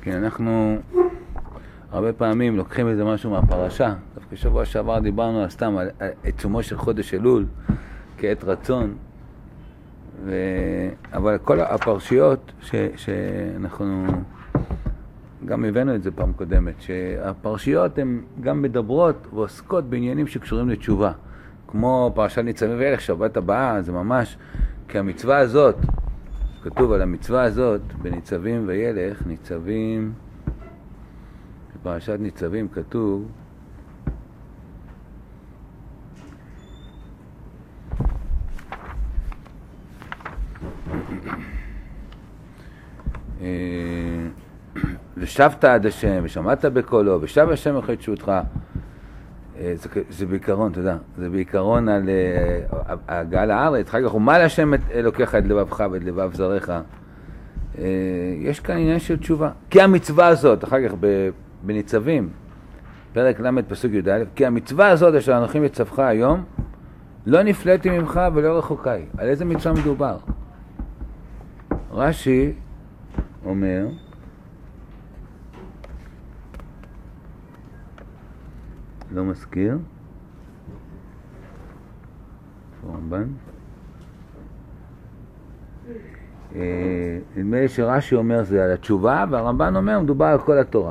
כי אנחנו הרבה פעמים לוקחים איזה משהו מהפרשה. דווקא שבוע שעבר דיברנו סתם על עיצומו של חודש אלול כעת רצון, אבל כל הפרשיות שאנחנו גם הבאנו את זה פעם קודמת, שהפרשיות הן גם מדברות ועוסקות בעניינים שקשורים לתשובה, כמו פרשת ניצבים וילך, שבת הבאה, זה ממש, כי המצווה הזאת, כתוב על המצווה הזאת, בניצבים וילך, ניצבים, בפרשת ניצבים כתוב, ושבת עד השם, ושמעת בקולו, ושב השם אחרי תשובתך. זה בעיקרון, אתה יודע, זה בעיקרון על הגעה לארץ. אחר כך, ומה להשם אלוקיך את לבבך ואת לבב זרעך. יש כאן עניין של תשובה. כי המצווה הזאת, אחר כך בניצבים, פרק ל' פסוק י"א, כי המצווה הזאת אשר אנוכי מצווך היום, לא נפלאתי ממך ולא רחוקי. על איזה מצווה מדובר? רש"י אומר, לא מזכיר, רמב"ן, נדמה לי שרש"י אומר זה על התשובה, והרמב"ן אומר מדובר על כל התורה.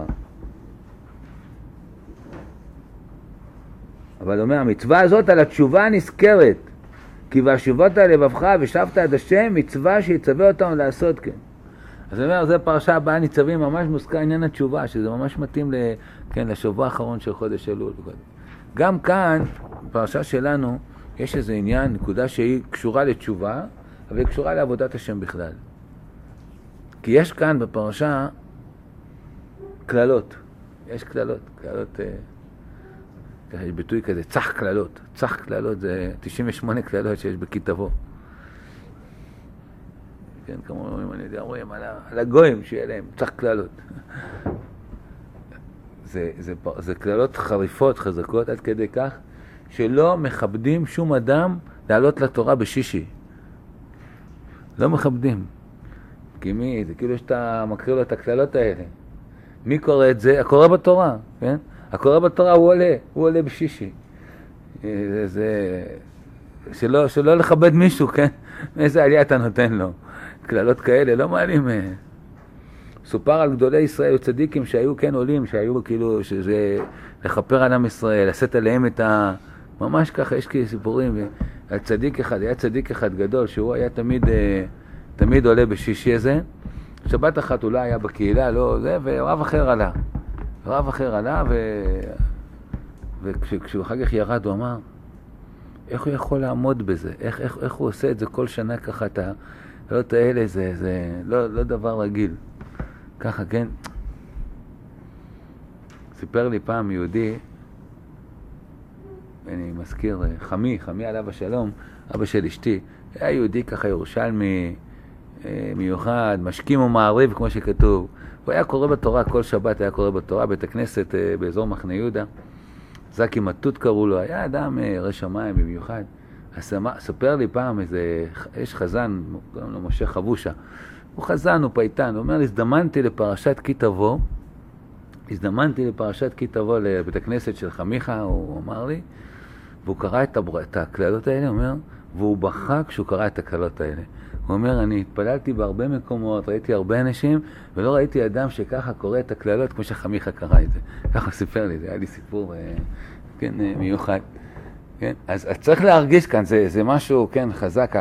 אבל אומר, המצווה הזאת על התשובה נזכרת, כי והשבות על לבבך ושבת עד השם, מצווה שיצווה אותנו לעשות כן. אז אומר, זה פרשה הבאה ניצבים, ממש מוזכר עניין התשובה, שזה ממש מתאים לשבוע האחרון של חודש אלול. גם כאן, בפרשה שלנו, יש איזה עניין, נקודה שהיא קשורה לתשובה, אבל היא קשורה לעבודת השם בכלל. כי יש כאן בפרשה כללות. יש כללות, יש ביטוי כזה, צח כללות. צח כללות זה 98 כללות שיש בכתבו. כן, כמו אומרים על הגויים שיהיה להם צח כללות. זה כללות חריפות, חזקות, עד כדי כך שלא מכבדים שום אדם לעלות לתורה בשישי. לא מכבדים. כי מי? זה כאילו שאתה מקריא לו את הכללות האלה. מי קורא את זה? הקורא בתורה, כן? הקורא בתורה הוא עולה בשישי. שלא לכבד מישהו, כן? איזה עלייה אתה נותן לו? כללות כאלה, לא מעלים. סופר על גדולי ישראל וצדיקים שהיו כן עולים, שהיו כאילו, שזה לחפר על עם ישראל, לשאת עליהם את ממש ככה, יש כאילו סיפורים, על צדיק אחד, היה צדיק אחד גדול, שהוא היה תמיד עולה בשישי הזה, שבת אחת אולי היה בקהילה, לא זה, ורב אחר עלה, וכשהוא אחר כך ירד, הוא אמר, איך הוא יכול לעמוד בזה? איך הוא עושה את זה כל שנה ככה, את הקללות האלה, זה לא דבר רגיל. ככה, כן. סיפר לי פעם יהודי, אני מזכיר, חמי עליו השלום, אבא של אשתי, היה יהודי ככה ירושלמי מיוחד, משכים ומעריב כמו שכתוב. הוא היה קורא בתורה, כל שבת היה קורא בתורה, בית הכנסת באזור מחנה יהודה. זקי מתות קראו לו, היה אדם ראש שמיים במיוחד. אז ספר לי פעם יש חזן, קוראים לו משה חבושה. הוא חזן, הוא פייטן, הוא אומר לי, הזדמנתי לפרשת כי תבוא לבית הכנסת של חמיך, הוא אמר לי, והוא קרא את הכללות האלה, הוא אומר, והוא בכה כשהוא קרא את הכללות האלה. הוא אומר, אני התפללתי בהרבה מקומות, ראיתי הרבה אנשים, ולא ראיתי אדם שככה קורא את הכללות כמו שחמיך קרא את זה. ככה סיפר לי, זה היה לי סיפור כן, מיוחד. כן? אז צריך להרגיש כאן, זה משהו כן, חזק,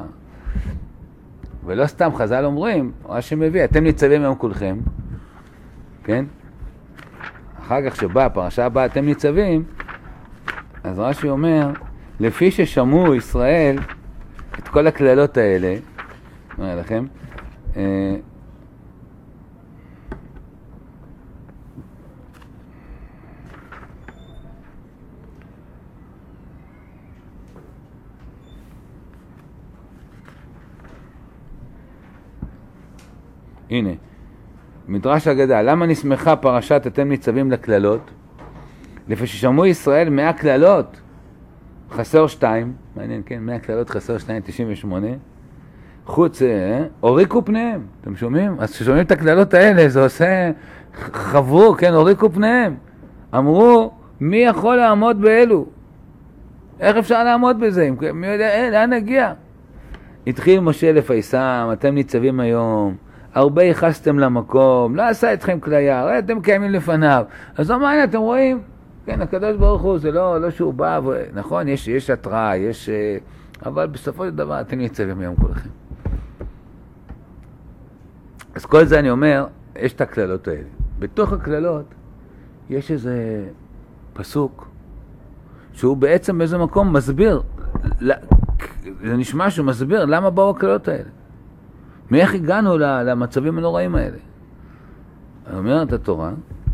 ולא סתם חז"ל אומרים, רש"י מביא, אתם ניצבים היום כולכם, כן? אחר כך שבא, פרשה הבאה, אתם ניצבים, אז רש"י אומר, לפי ששמעו ישראל את כל הכללות האלה, אומר לכם, הנה, מדרש אגדה, למה נסמכה פרשת אתם ניצבים לכללות? לפי ששמעו ישראל 100 כללות, חסר 2, מעניין, כן, 100 כללות חסר 2, 98, חוץ, הוריקו פניהם, אתם שומעים? אז כששומעים את הכללות האלה, זה עושה חברו, כן, הוריקו פניהם. אמרו, מי יכול לעמוד באלו? איך אפשר לעמוד בזה? מי יודע, לאן נגיע? התחיל משה לפייסם, אתם ניצבים היום, הרבה ייחסתם למקום, לא עשה אתכם כליה, הרי אתם קיימים לפניו. אז מה, אתם רואים? כן, הקדוש ברוך הוא, זה לא שהוא בא, נכון, יש התראה, אבל בסופו של דבר אתם ניצבים היום כולכם. אז כל זה אני אומר, יש את הכללות האלה. בתוך הכללות יש איזה פסוק שהוא בעצם באיזה מקום מסביר, זה נשמע שהוא מסביר למה באו הכללות האלה. מאיך הגענו למצבים הנוראים האלה. אומרת התורה,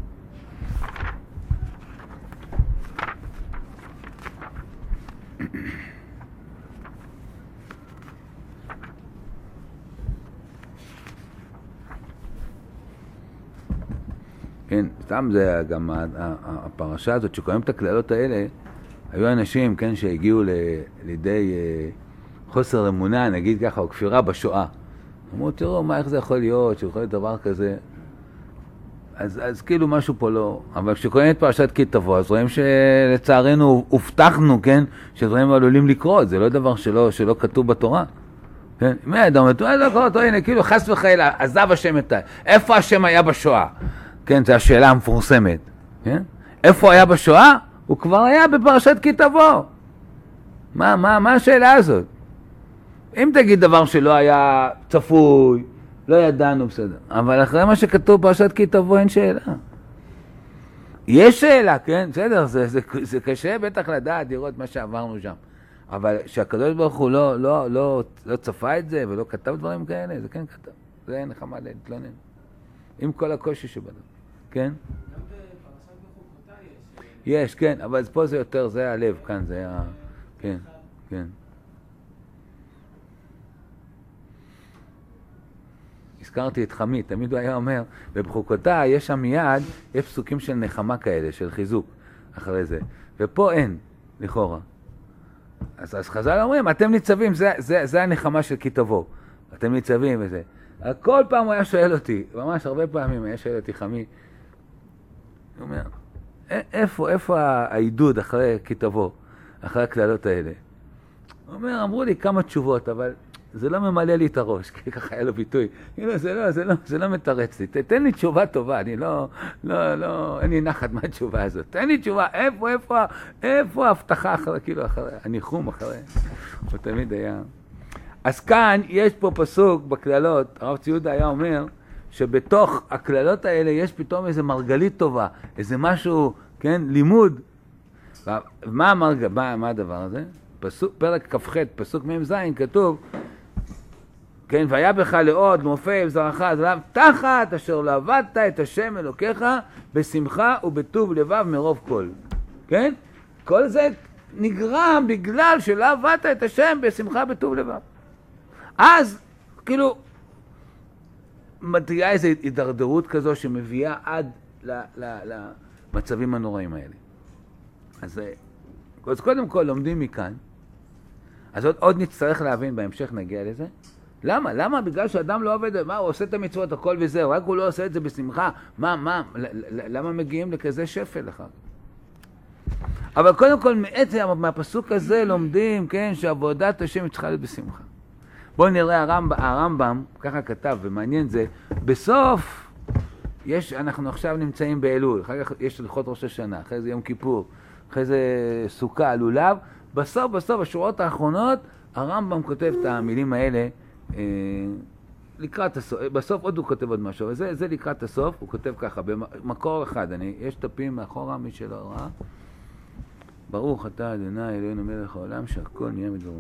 כן, סתם זה גם הפרשה הזאת שקוראים את הכללות האלה, היו אנשים, כן, שהגיעו לידי חוסר אמונה, נגיד ככה, או כפירה בשואה. אמרו, תראו, איך זה יכול להיות, שיכול להיות דבר כזה. אז כאילו משהו פה לא, אבל כשקוראים את פרשת כי תבוא, אז רואים שלצערנו הובטחנו, כן, שדברים עלולים לקרות, זה לא דבר שלא כתוב בתורה. כן, מי אדם, הנה, כאילו חס וחלילה, עזב השם את איפה השם היה בשואה? כן, זו השאלה המפורסמת. כן? איפה היה בשואה? הוא כבר היה בפרשת כי תבוא. מה השאלה הזאת? אם תגיד דבר שלא היה צפוי, לא ידענו, בסדר. אבל אחרי מה שכתוב בפרשת כי תבוא אין שאלה. יש שאלה, כן? בסדר, זה קשה בטח לדעת, לראות מה שעברנו שם. אבל שהקדוש ברוך הוא לא צפה את זה ולא כתב דברים כאלה, זה כן כתב. זה אין נחמה להתלונן. עם כל הקושי שבנו. כן? גם בפרשת בחוקותה יש, כן, אבל פה זה יותר, זה הלב, כאן זה כן, כן. הזכרתי את חמי, תמיד הוא היה אומר, בבחוקותה יש שם מיד, יש פסוקים של נחמה כאלה, של חיזוק אחרי זה, ופה אין, לכאורה. אז חז"ל אומרים, אתם ניצבים, זה הנחמה של כי תבוא, אתם ניצבים וזה. כל פעם הוא היה שואל אותי, ממש הרבה פעמים היה שואל אותי חמי, הוא אומר, איפה העידוד אחרי כי תבוא, אחרי הכללות האלה? הוא אומר, אמרו לי כמה תשובות, אבל זה לא ממלא לי את הראש, כי ככה היה לו ביטוי. זה לא מתרץ לי. תן לי תשובה טובה, אני אין לי נחת מהתשובה הזאת. תן לי תשובה, איפה ההבטחה אחרי, כאילו אחרי, הניחום אחרי. הוא תמיד היה. אז כאן יש פה פסוק בכללות, הרב ציודה היה אומר, שבתוך הכללות האלה יש פתאום איזה מרגלית טובה, איזה משהו, כן, לימוד. מה הדבר הזה? פרק כ"ח, פסוק מ"ז, כתוב, כן, והיה בך לעוד, מופע, זרעך, זרעיו, תחת אשר לא עבדת את השם אלוקיך בשמחה ובטוב לבב מרוב כל. כן? כל זה נגרם בגלל שלא עבדת את השם בשמחה בטוב לבב. אז, כאילו, מגיעה איזו הידרדרות כזו שמביאה עד למצבים הנוראים האלה. אז קודם כל לומדים מכאן, אז עוד נצטרך להבין, בהמשך נגיע לזה. למה? למה? בגלל שאדם לא עובד, מה, הוא עושה את המצוות הכל וזהו, רק הוא לא עושה את זה בשמחה. למה מגיעים לכזה שפל אחר? אבל קודם כל, מהפסוק הזה לומדים, כן, שעבודת השם צריכה להיות בשמחה. בואו נראה הרמב"ם, ככה כתב, ומעניין זה, בסוף, אנחנו עכשיו נמצאים באלול, אחר כך יש הלכות ראש השנה, אחרי זה יום כיפור, אחרי זה סוכה, לולב, בסוף, השורות האחרונות, הרמב"ם כותב את המילים האלה, לקראת הסוף, בסוף עוד הוא כותב עוד משהו, זה לקראת הסוף, הוא כותב ככה, במקור אחד, יש טפים מאחורה, מי שלא ראה, ברוך אתה אדוני אלוהינו מלך העולם, שהכל נהיה מדברו.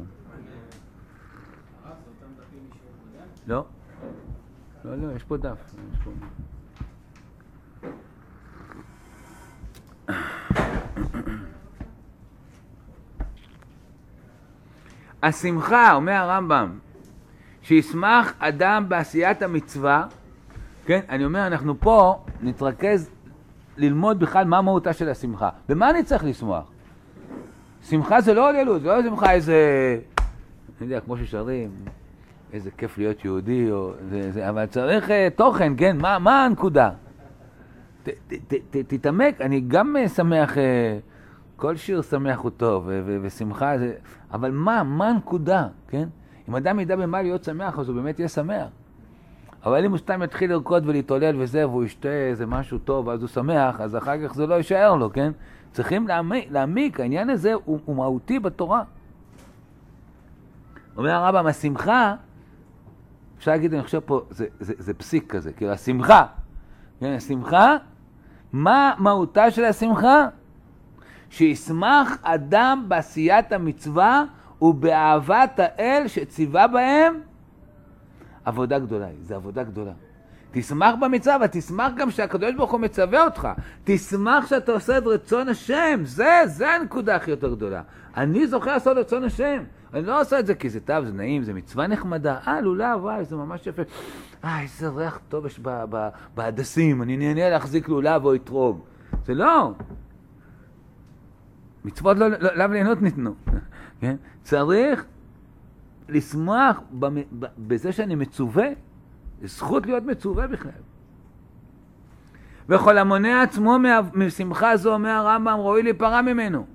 לא, יש פה דף. השמחה, אומר הרמב"ם, שישמח אדם בעשיית המצווה, כן, אני אומר, אנחנו פה נתרכז ללמוד בכלל מה מהותה של השמחה. במה אני צריך לשמוח? שמחה זה לא עוללות, זה לא שמחה איזה, אני יודע, כמו ששרים, איזה כיף להיות יהודי, אבל צריך תוכן, כן? מה הנקודה? תתעמק, אני גם שמח, כל שיר שמח הוא טוב, ושמחה, אבל מה הנקודה, כן? אם אדם ידע במה להיות שמח, אז הוא באמת יהיה שמח. אבל אם הוא סתם יתחיל לרקוד ולהתעולל וזה, והוא ישתה איזה משהו טוב, ואז הוא שמח, אז אחר כך זה לא יישאר לו, כן? צריכים להעמיק, העניין הזה הוא מהותי בתורה. אומר הרמב"ם, השמחה, אפשר להגיד, אני חושב פה, זה פסיק כזה, כאילו השמחה, כן, השמחה, מה מהותה של השמחה? שישמח אדם בעשיית המצווה ובאהבת האל שציווה בהם עבודה גדולה, זה עבודה גדולה. תשמח במצווה, ותשמח גם שהקדוש ברוך הוא מצווה אותך. תשמח שאתה עושה את רצון השם, זה הנקודה הכי יותר גדולה. אני זוכה לעשות רצון השם. אני לא עושה את זה כי זה טוב, זה נעים, זה מצווה נחמדה. לולב, וואי, זה ממש יפה. איזה ריח טוב יש בהדסים, אני נהנה להחזיק לולב או אתרוג. זה לא. מצוות לא ליהנות ניתנו. כן? צריך לשמוח בזה שאני מצווה, זכות להיות מצווה בכלל. וכל המונע עצמו משמחה זו, אומר הרמב"ם, ראוי להיפרע ממנו.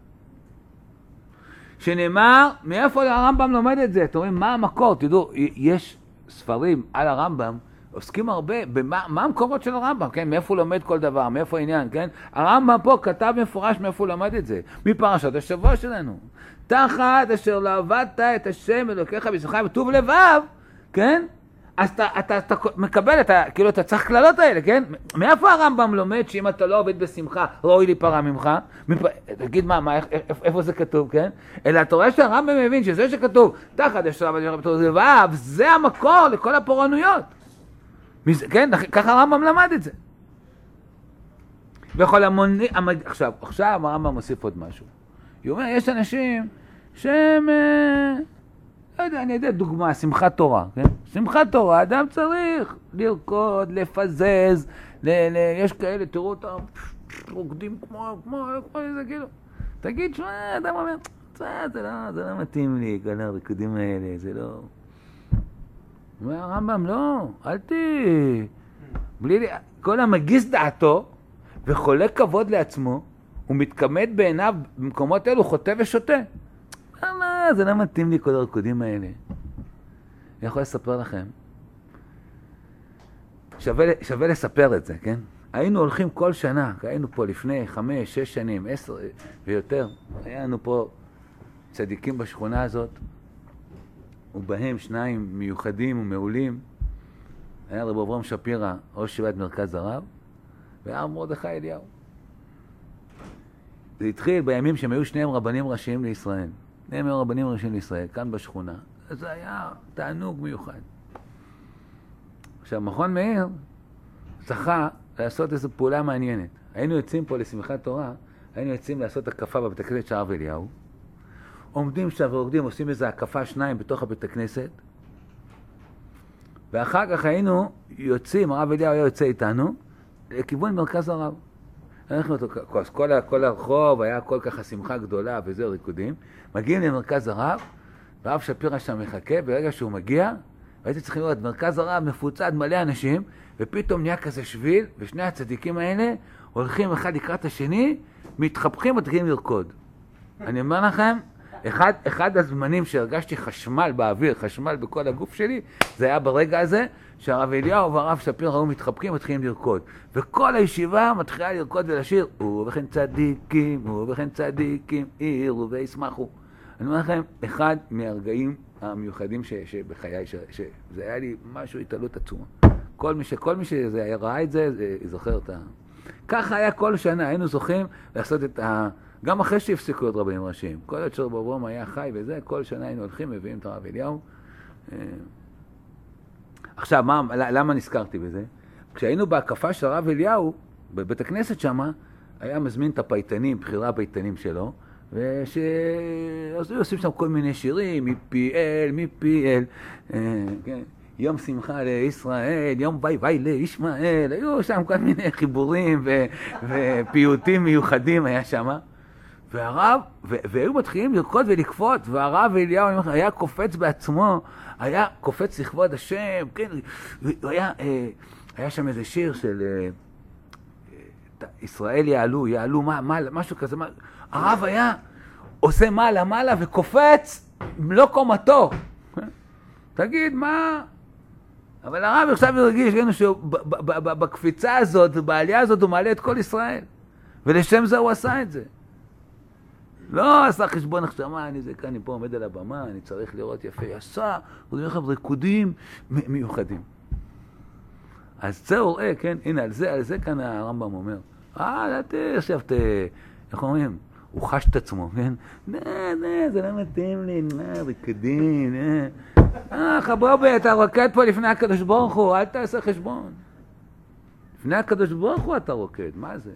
שנאמר, מאיפה הרמב"ם לומד את זה? אתם רואים, מה המקור? תדעו, יש ספרים על הרמב"ם, עוסקים הרבה, מה המקורות של הרמב"ם, כן? מאיפה הוא לומד כל דבר, מאיפה העניין, כן? הרמב"ם פה כתב מפורש מאיפה הוא למד את זה, מפרשת השבוע שלנו. תחת אשר לא עבדת את השם אלוקיך בשמחה בטוב לבב, כן? אז אתה מקבל, כאילו אתה צריך כללות האלה, כן? מאיפה הרמב"ם לומד שאם אתה לא עובד בשמחה, ראוי להיפרע ממך? תגיד איפה זה כתוב, כן? אלא אתה רואה שהרמב"ם מבין שזה שכתוב, תחת אשר לא עבדת בטוב לבב, זה המקור לכל הפורענויות. כן? ככה הרמב"ם למד את זה. וכל המוני... עכשיו הרמב"ם מוסיף עוד משהו. הוא אומר, יש אנשים שהם... לא יודע, אני יודע דוגמה, שמחת תורה, כן? שמחת תורה, אדם צריך לרקוד, לפזז, יש כאלה, תראו אותם, רוקדים כמו איזה כאילו. תגיד, שמה, אדם אומר, זה לא מתאים לי, כל הריקודים האלה, זה לא... אומר הרמב"ם, לא, אל כל המגיס דעתו וחולק כבוד לעצמו, הוא מתכמת בעיניו במקומות אלו, חוטא ושוטה. זה לא מתאים לי כל הרקודים האלה. אני יכול לספר לכם. שווה לספר את זה, כן? היינו הולכים כל שנה, היינו פה לפני 5, 6 שנים, 10 ויותר. היה לנו פה צדיקים בשכונה הזאת, ובהם 2 מיוחדים ומעולים. היה רב אברהם שפירא, ראש ישיבת מרכז הרב, והרב מרדכי אליהו. זה התחיל בימים שהם היו 2 רבנים ראשיים לישראל. 2 רבנים ראשיים לישראל, כאן בשכונה. זה היה תענוג מיוחד. עכשיו, מכון מאיר זכה לעשות איזו פעולה מעניינת. היינו יוצאים פה לשמחת תורה, היינו יוצאים לעשות הקפה בבית הכנסת של הרב אליהו. עומדים שם ורוקדים, עושים איזו הקפה 2 בתוך הבית הכנסת. ואחר כך היינו יוצאים, הרב אליהו היה יוצא איתנו, לכיוון מרכז הרב. אז כל הרחוב היה כל כך שמחה גדולה וזה ריקודים. מגיעים למרכז הרב, והרב שפירא שם מחכה, ברגע שהוא מגיע, והייתי צריכים לראות, מרכז הרב מפוצד מלא אנשים, ופתאום נהיה כזה שביל, ושני הצדיקים האלה הולכים אחד לקראת השני, מתחפכים ומתחילים לרקוד. אני אומר לכם, אחד הזמנים שהרגשתי חשמל באוויר, חשמל בכל הגוף שלי, זה היה ברגע הזה שהרב אליהו והרב שפירא היו מתחבקים ומתחילים לרקוד. וכל הישיבה מתחילה לרקוד ולשיר, ובכן צדיקים, עירו וישמחו. אני אומר לכם, אחד מהרגעים המיוחדים שבחיי, שזה היה לי משהו התעלות עצומה. כל מי שראה את זה, זוכר את ככה היה כל שנה, היינו זוכים לעשות את גם אחרי שהפסיקו להיות רבנים ראשיים. כל עוד שרב אברהם היה חי וזה, כל שנה היינו הולכים, מביאים את הרב אליהו. עכשיו, למה נזכרתי בזה? כשהיינו בהקפה של הרב אליהו, בבית הכנסת שמה, היה מזמין את הפייטנים, בחירה הפייטנים שלו, אז היו עושים שם כל מיני שירים, מפי אל, כן. יום שמחה לישראל, יום ביי לישמעאל, היו שם כל מיני חיבורים ופיוטים מיוחדים היה שם. והרב, והיו מתחילים לרקוד ולקפוץ, והרב אליהו היה קופץ בעצמו, היה קופץ לכבוד השם, כן, היה שם איזה שיר של ישראל יעלו, משהו כזה, הרב היה עושה מעלה וקופץ לא קומתו. תגיד, מה? אבל הרב עכשיו הרגיש שבקפיצה הזאת, בעלייה הזאת, הוא מעלה את כל ישראל. ולשם זה הוא עשה את זה. לא עשה חשבון החשמה, אני זה כאן, אני פה עומד על הבמה, אני צריך לראות יפה. עשה, הוא אומר לך ריקודים מיוחדים. אז זה רואה, כן? הנה, על זה כאן הרמב"ם אומר. עכשיו, איך אומרים? הוא חש את עצמו, כן? זה לא מתאים לי, ריקודים, חבר'ה, אתה רוקד פה לפני הקדוש ברוך הוא, אל תעשה חשבון. לפני הקדוש ברוך הוא אתה רוקד, מה זה?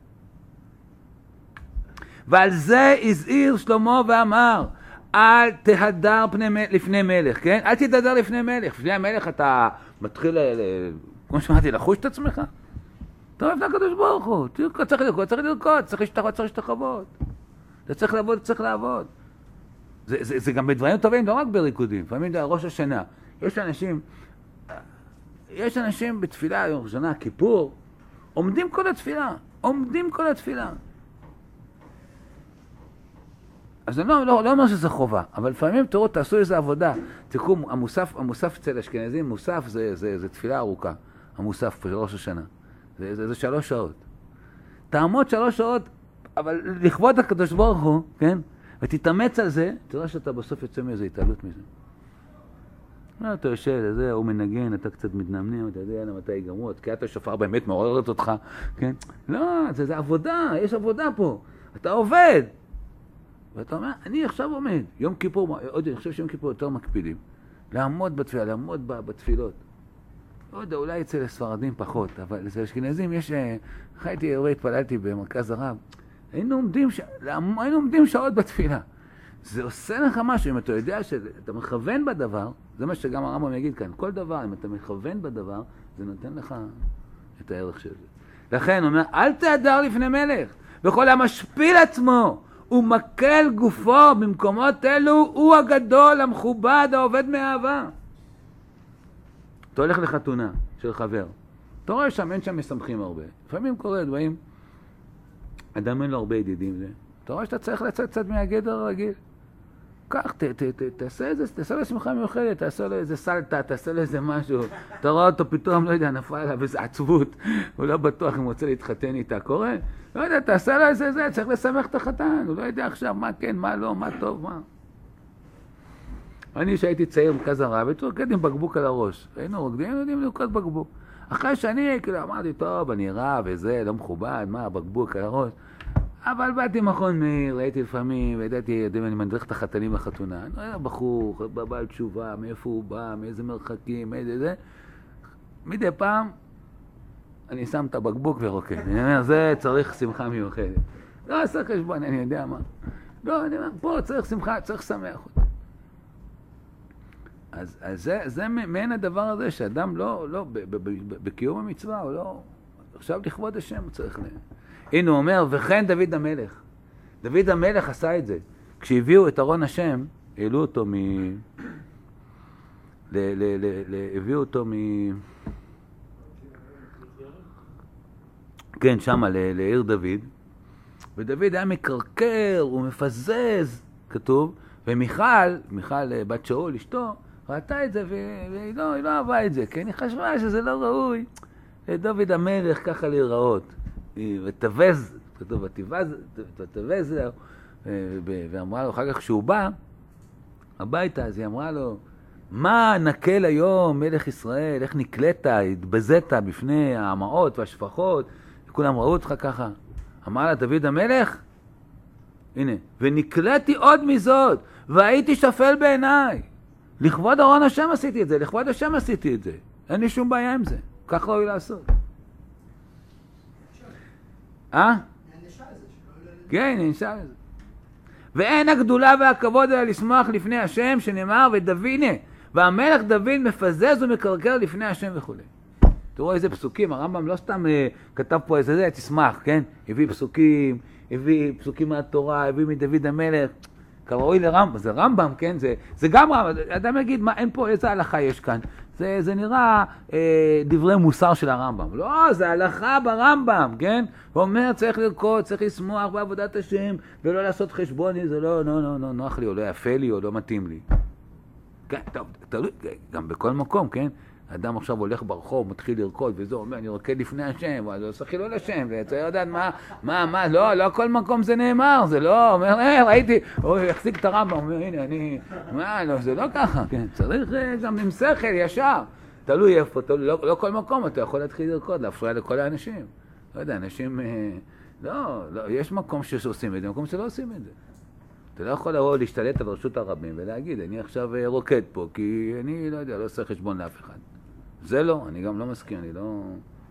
ועל זה הזהיר שלמה ואמר, אל תהדר לפני מלך, כן? אל תתהדר לפני מלך. לפני המלך אתה מתחיל, כמו שאמרתי, לחוש את עצמך. אתה אוהב את הקדוש ברוך הוא, צריך לרקוד, צריך להשתחוות. אתה צריך לעבוד, צריך לעבוד. זה גם בדברים טובים, לא רק בריקודים. לפעמים זה ראש השנה. יש אנשים בתפילה, יום שנה, כיפור, עומדים כל התפילה. אז אני לא אומר שזה חובה, אבל לפעמים תראו, תעשו איזו עבודה. תראו, המוסף אצל אשכנזים, מוסף זה תפילה ארוכה, המוסף של ראש השנה. זה 3 שעות. תעמוד 3 שעות, אבל לכבוד הקדוש ברוך הוא, כן? ותתאמץ על זה, תראה שאתה בסוף יוצא מאיזו התעלות מזה. אתה יושב, הוא מנגן, אתה קצת מתנמנם, אתה יודע למה אתה יגמרו, תקיעת השופר באמת מעוררת אותך, כן? לא, זה עבודה, יש עבודה פה. אתה עובד. ואתה אומר, אני עכשיו עומד. יום כיפור, אני חושב שיום כיפור יותר מקפידים. לעמוד בתפילה, לעמוד בתפילות. לא יודע, אולי אצל הספרדים פחות, אבל אצל אשכנזים יש... חייתי, התפללתי במרכז הרב. היינו עומדים שעות בתפילה. זה עושה לך משהו, אם אתה יודע שאתה מכוון בדבר, זה מה שגם הרמב"ם יגיד כאן, כל דבר, אם אתה מכוון בדבר, זה נותן לך את הערך של זה. לכן הוא אומר, אל תהדר לפני מלך, וכל המשפיל עצמו, הוא מקל גופו במקומות אלו, הוא הגדול, המכובד, העובד מאהבה. אתה הולך לחתונה של חבר, אתה רואה שם, אין שם משמחים הרבה. לפעמים קורה דברים, אדם אין לו הרבה ידידים, אתה רואה שאתה צריך לצאת קצת מהגדר הרגיל. כך, תעשה לו שמחה מיוחדת, תעשה לו איזה סלטה, תעשה לו איזה משהו. אתה רואה אותו פתאום, לא יודע, נפל עליו איזו עצבות, הוא לא בטוח אם הוא רוצה להתחתן איתה. קורה? לא יודע, תעשה לו איזה זה, צריך לשמח את החתן, הוא לא יודע עכשיו מה כן, מה לא, מה טוב, מה. אני שהייתי צעיר במרכז הרב, הייתי רוקד עם בקבוק על הראש. היינו יודעים לרקוד בקבוק. אחרי שאני אמרתי, טוב, אני רב וזה, לא מכובד, מה, בקבוק על הראש. אבל באתי מכון מאיר, ראיתי לפעמים, וידעתי, אני מדריך את החתנים לחתונה. אני רואה בחור, בעל תשובה, מאיפה הוא בא, מאיזה מרחקים, מאיזה זה. מדי פעם, אני שם את הבקבוק ורוקד. אני אומר, זה צריך שמחה מיוחדת. לא עשה חשבון, אני יודע מה. לא, אני אומר, פה צריך שמחה, צריך שמח אותה. אז זה מעין הדבר הזה, שאדם לא, בקיום המצווה, הוא לא, עכשיו לכבוד השם הוא צריך הנה הוא אומר, וכן דוד המלך. דוד המלך עשה את זה. כשהביאו את ארון השם, העלו אותו הביאו אותו כן, שמה, לעיר דוד. ודוד היה מקרקר, הוא מפזז, כתוב, ומיכל, בת שאול, אשתו, ראתה את זה, והיא לא אהבה את זה, כן? היא חשבה שזה לא ראוי לדוד המלך ככה להיראות. ותבז, כתוב, ותבז, ואמרה לו, אחר כך כשהוא בא הביתה, אז היא אמרה לו, מה נקל היום מלך ישראל, איך נקלט, התבזת בפני האמהות והשפחות, כולם ראו אותך ככה. אמר לה דוד המלך, הנה, ונקלטתי עוד מזאת, והייתי שפל בעיניי. לכבוד ארון השם עשיתי את זה, לכבוד השם עשיתי את זה. אין לי שום בעיה עם זה, כך ראוי לעשות. כן, נשאר לזה. ואין הגדולה והכבוד אלא לשמוח לפני השם, שנאמר, והמלך דוד מפזז ומקרקר לפני השם וכו'. תראו איזה פסוקים, הרמב"ם לא סתם כתב פה איזה זה, תשמח, כן? הביא פסוקים מהתורה, הביא מדוד המלך, כראוי לרמב"ם, זה רמב"ם, כן? זה גם רמב"ם, אדם יגיד, מה, אין פה, איזה הלכה יש כאן? זה נראה דברי מוסר של הרמב"ם. לא, זה הלכה ברמב"ם, כן? הוא אומר, צריך לרקוד, צריך לשמוח בעבודת השם, ולא לעשות חשבון, זה לא נוח לי, או לא יפה לי, או לא מתאים לי. כן, טוב, תלוי, גם בכל מקום, כן? אדם עכשיו הולך ברחוב, מתחיל לרקוד, וזה אומר, אני רוקד לפני השם, אז הוא עושה חילול השם, וצריך לדעת מה, לא כל מקום זה נאמר, זה לא, אומר, ראיתי, הוא יחזיק את הרמב"ם, אומר, הנה, לא, זה לא ככה, כן, צריך גם עם שכל, ישר, תלוי איפה, לא כל מקום אתה יכול להתחיל לרקוד, להפריע לכל האנשים, לא יודע, אנשים, לא, יש מקום שעושים את זה, מקום שלא עושים את זה. אתה לא יכול לבוא להשתלט על רשות הרבים ולהגיד, אני עכשיו רוקד פה, כי אני לא יודע, לא עושה חשבון לאף אחד. זה לא, אני גם לא מסכים, אני לא...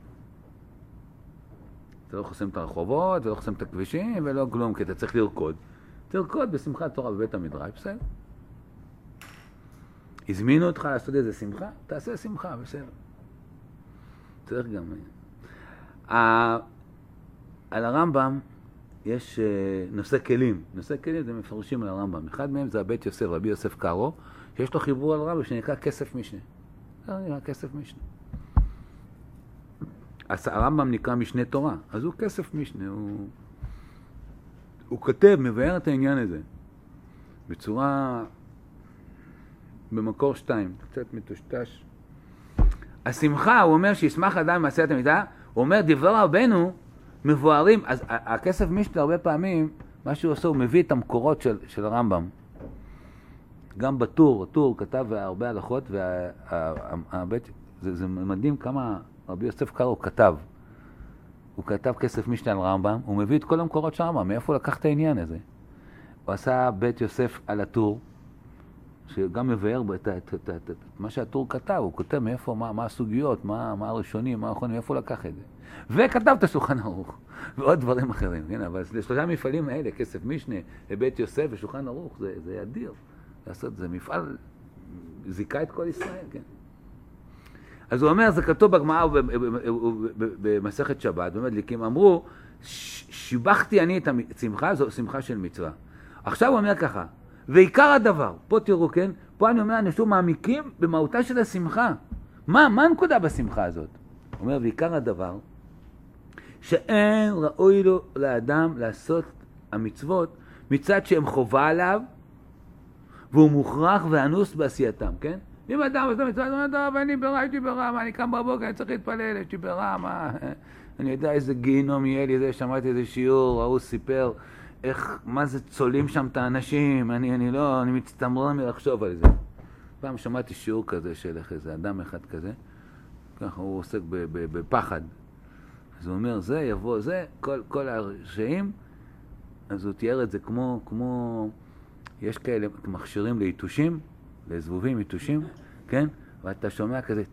אתה לא חוסם את הרחובות, אתה לא חוסם את הכבישים ולא כלום, כי אתה צריך לרקוד. תרקוד בשמחת תורה בבית המדרש, בסדר. הזמינו אותך לעשות איזה שמחה, תעשה שמחה, בסדר. צריך גם... על הרמב"ם יש נושא כלים. נושא כלים זה מפרשים על הרמב"ם. אחד מהם זה הבית יוסף, רבי יוסף קארו, שיש לו חיבור על רמב"ם שנקרא כסף משנה. זה נקרא כסף משנה. אז הרמב"ם נקרא משנה תורה, אז הוא כסף משנה, הוא כותב, מבאר את העניין הזה, בצורה, במקור 2, קצת מטושטש. השמחה, הוא אומר שישמח אדם מעשיית המידה, הוא אומר דבר רבנו מבוארים, אז הכסף משנה הרבה פעמים, מה שהוא עושה, הוא מביא את המקורות של הרמב"ם. גם בטור, הטור כתב הרבה הלכות, זה מדהים כמה רבי יוסף קארו כתב. הוא כתב כסף משנה על רמב"ם, הוא מביא את כל המקורות של הרמב"ם, מאיפה הוא לקח את העניין הזה? הוא עשה בית יוסף על הטור, שגם מבאר את מה שהטור כתב, הוא כותב מאיפה, מה הסוגיות, מה הראשונים, מה האחרונים, מאיפה הוא לקח את זה. וכתב את השולחן ערוך, ועוד דברים אחרים, כן? אבל לשלושה מפעלים האלה, כסף משנה, בית יוסף ושולחן ערוך, זה אדיר. לעשות, זה מפעל, זיקה את כל ישראל, כן? אז הוא אומר, זה כתוב בגמרא במסכת שבת, במדליקים, אמרו, שיבחתי אני את השמחה, זו שמחה של מצווה. עכשיו הוא אומר ככה, ועיקר הדבר, פה תראו, כן? פה אני אומר, אנשים מעמיקים במהותה של השמחה. מה הנקודה בשמחה הזאת? הוא אומר, ועיקר הדבר, שאין ראוי לו לאדם לעשות המצוות מצד שהם חובה עליו, והוא מוכרח ואנוס בעשייתם, כן? אם אדם עושה מצוות, הוא אומר, טוב, אני ברע, יש לי ברע, מה, אני קם בבוקר, אני צריך להתפלל, יש לי ברע, מה, אני יודע איזה גיהנום יהיה לי, זה, שמעתי איזה שיעור, ההוא סיפר, מה זה צולים שם את האנשים, אני מצטמרר מלחשוב על זה. פעם שמעתי שיעור כזה של איזה אדם אחד כזה, ככה הוא עוסק בפחד. אז הוא אומר, זה יבוא, זה, כל הרשעים, אז הוא תיאר את זה כמו יש כאלה מכשירים ליתושים, לזבובים, יתושים, כן? ואתה שומע כזה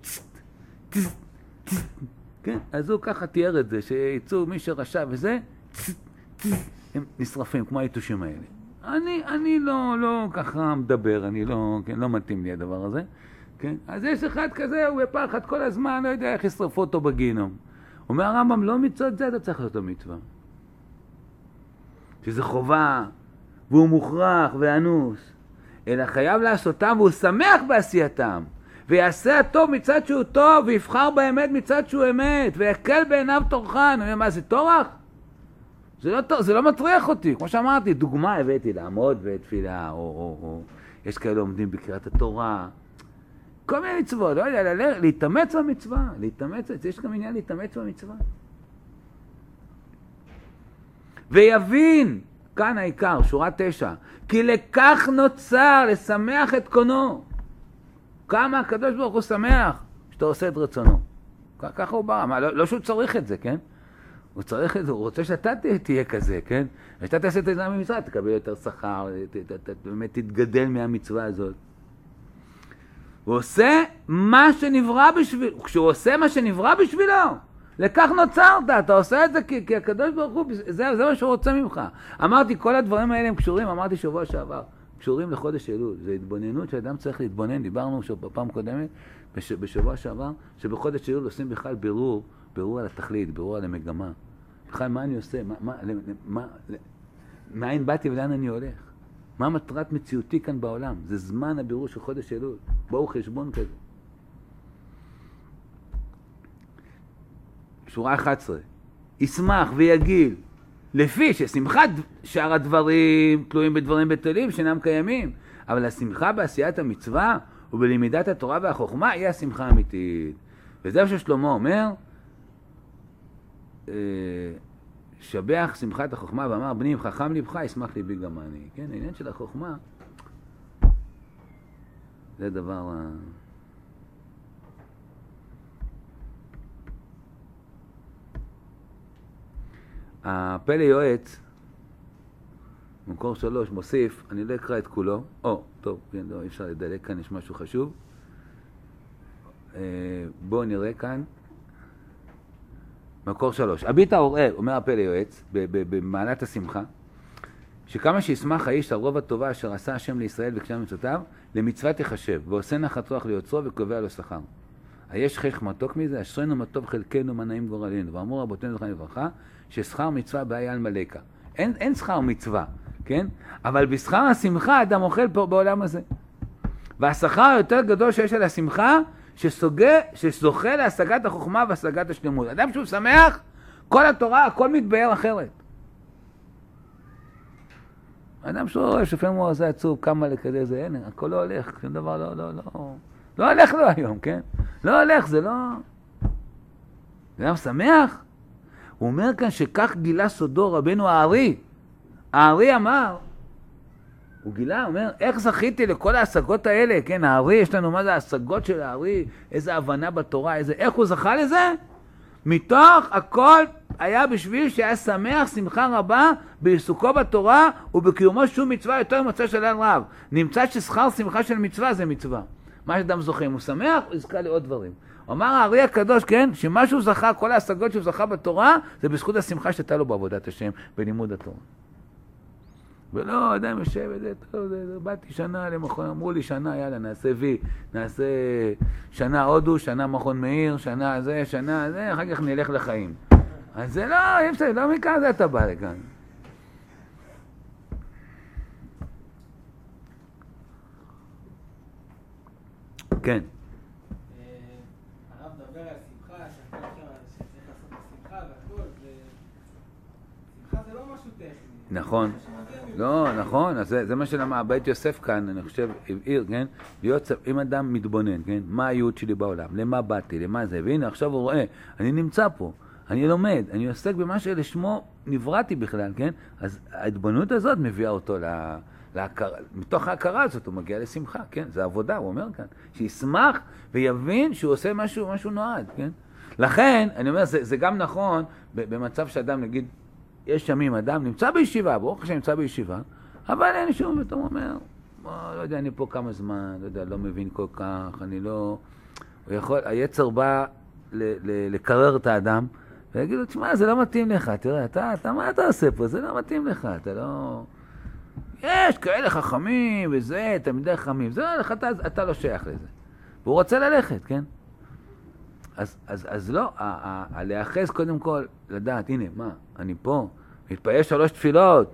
כן? אז הוא ככה תיאר את זה, שיצאו מי שרשע וזה, הם נשרפים, כמו היתושים האלה. אני לא ככה מדבר, אני לא מתאים לי הדבר הזה, כן? אז יש אחד כזה, הוא בפחד כל הזמן, לא יודע איך ישרפו אותו בגיהנום. אומר הרמב"ם, לא מצוות זה, אתה צריך לעשות מצווה. שזה חובה, והוא מוכרח ואנוס, אלא חייב לעשותם, והוא שמח בעשייתם, ויעשה הטוב מצד שהוא טוב, ויבחר באמת מצד שהוא אמת, ויקל בעיניו תורכן. הוא אומר, מה זה תורך? זה לא מטריח אותי. כמו שאמרתי, דוגמה הבאתי לעמוד ותפילה, או יש כאלה עומדים בקריאת התורה, כל מיני מצוות, לא יודע, להתאמץ במצווה, יש גם עניין להתאמץ במצווה. ויבין, כאן העיקר, שורה 9, כי לכך נוצר לשמח את קונו. כמה הקדוש ברוך הוא שמח שאתה עושה את רצונו. ככה הוא ברא, לא שהוא צריך את זה, כן? הוא צריך את זה, הוא רוצה שאתה תהיה כזה, כן? ושאתה תעשה את זה במצווה, תקבל יותר שכר, באמת תתגדל מהמצווה הזאת. הוא עושה מה שנברא בשבילו, כשהוא עושה מה שנברא בשבילו, לכך נוצרת, אתה עושה את זה כי הקדוש ברוך הוא, זה מה שהוא רוצה ממך. אמרתי, כל הדברים האלה הם קשורים, אמרתי שבוע שעבר, קשורים לחודש אלול. זו התבוננות שאדם צריך להתבונן. דיברנו בפעם קודמת, בשבוע שעבר, שבחודש אלול עושים בכלל בירור על התכלית, בירור על המגמה. בכלל מה אני עושה, מאין באתי ולאן אני הולך. מה מטרת מציאותי כאן בעולם? זה זמן הבירור של חודש אלול. בואו חשבון כזה. שורה 11. ישמח ויגיל, לפי ששמחת שאר הדברים תלויים בדברים בטלים שאינם קיימים, אבל השמחה בעשיית המצווה ובלמידת התורה והחוכמה היא השמחה האמיתית. וזה ששלמה אומר, שבח שמחת החוכמה ואמר, בני אם חכם לבך ישמח ליבי גם אני. כן, העניין של החוכמה זה דבר הפלא יועץ, במקור 3, מוסיף, אני לא אקרא את כולו, טוב, כן, לא, אי אפשר לדלק, כאן יש משהו חשוב. בואו נראה כאן. מקור 3. הביט העורר, אומר הפלא יועץ, במעלת השמחה, שכמה שישמח האיש על רוב הטובה אשר עשה השם לישראל וקשם מצוותיו, למצווה תחשב, ועושה נחת רוח ליוצרו וקובע לו שכר. היש חך מתוק מזה, אשרנו מה טוב חלקנו מה נעים גורלנו. ואמרו רבותינו זכרנו לברכה, ששכר מצווה בעיה על מלאקה. אין שכר מצווה, כן? אבל בשכר השמחה אדם אוכל פה בעולם הזה. והשכר היותר גדול שיש על השמחה, שזוכה להשגת החוכמה והשגת השלמות. אדם שהוא שמח, כל התורה, הכל מתבהר אחרת. אדם שהוא רואה שפעמים הוא עושה עצוב, כמה לכדי זה, אין, הכל לא הולך, שום דבר לא הולך לו היום, כן? לא הולך, זה לא... אדם שמח? הוא אומר כאן שכך גילה סודו רבנו הארי. הארי אמר, הוא גילה, אומר, איך זכיתי לכל ההשגות האלה, כן, הארי, יש לנו מה זה ההשגות של הארי, איזה הבנה בתורה, איך הוא זכה לזה? מתוך הכל היה בשביל שהיה שמח שמחה רבה בעיסוקו בתורה ובקיומו שום מצווה יותר מוצא של רב. נמצא ששכר שמחה של מצווה זה מצווה. מה שאדם זוכה, אם הוא שמח, הוא יזכה לעוד דברים. אמר הארי הקדוש, כן, שמה שהוא זכה, כל ההשגות שהוא זכה בתורה, זה בזכות השמחה שהייתה לו בעבודת השם, בלימוד התורה. ולא, אדם יושב וזה, טוב, באתי שנה למכון, אמרו לי שנה, יאללה, נעשה וי, נעשה שנה הודו, שנה מכון מאיר, שנה זה, אחר כך נלך לחיים. אז זה לא מכאן זה אתה בא לכאן. כן. הרב דבר על שמחה, שצריך לעשות בשמחה והכל, שמחה זה לא משהו טכני. נכון. לא, נכון, אז זה מה שלמה בית יוסף כאן, אני חושב, הבעיר, כן? להיות, אם אדם מתבונן, כן? מה הייעוד שלי בעולם? למה באתי? למה זה? והנה, עכשיו הוא רואה, אני נמצא פה, אני לומד, אני עוסק במה שלשמו נבראתי בכלל, כן? אז ההתבוננות הזאת מביאה אותו מתוך ההכרה הזאת הוא מגיע לשמחה, כן? זה עבודה, הוא אומר כאן. שישמח ויבין שהוא עושה משהו נועד, כן? לכן, אני אומר, זה גם נכון במצב שאדם, נגיד, יש ימים אדם נמצא בישיבה, ברוך השם נמצא בישיבה, אבל אין שום, ואתה אומר, לא יודע, אני פה כמה זמן, לא יודע, לא מבין כל כך, אני לא... היצר בא לקרר את האדם, ויגיד לו, תשמע, זה לא מתאים לך, תראה, אתה מה אתה עושה פה? זה לא מתאים לך, אתה לא... יש כאלה חכמים וזה, תלמידי חכמים, זה לא, אתה לא שייך לזה. והוא רוצה ללכת, כן? אז לא, להיאחז קודם כל, לדעת, הנה, מה, אני פה, מתפעל 3 תפילות,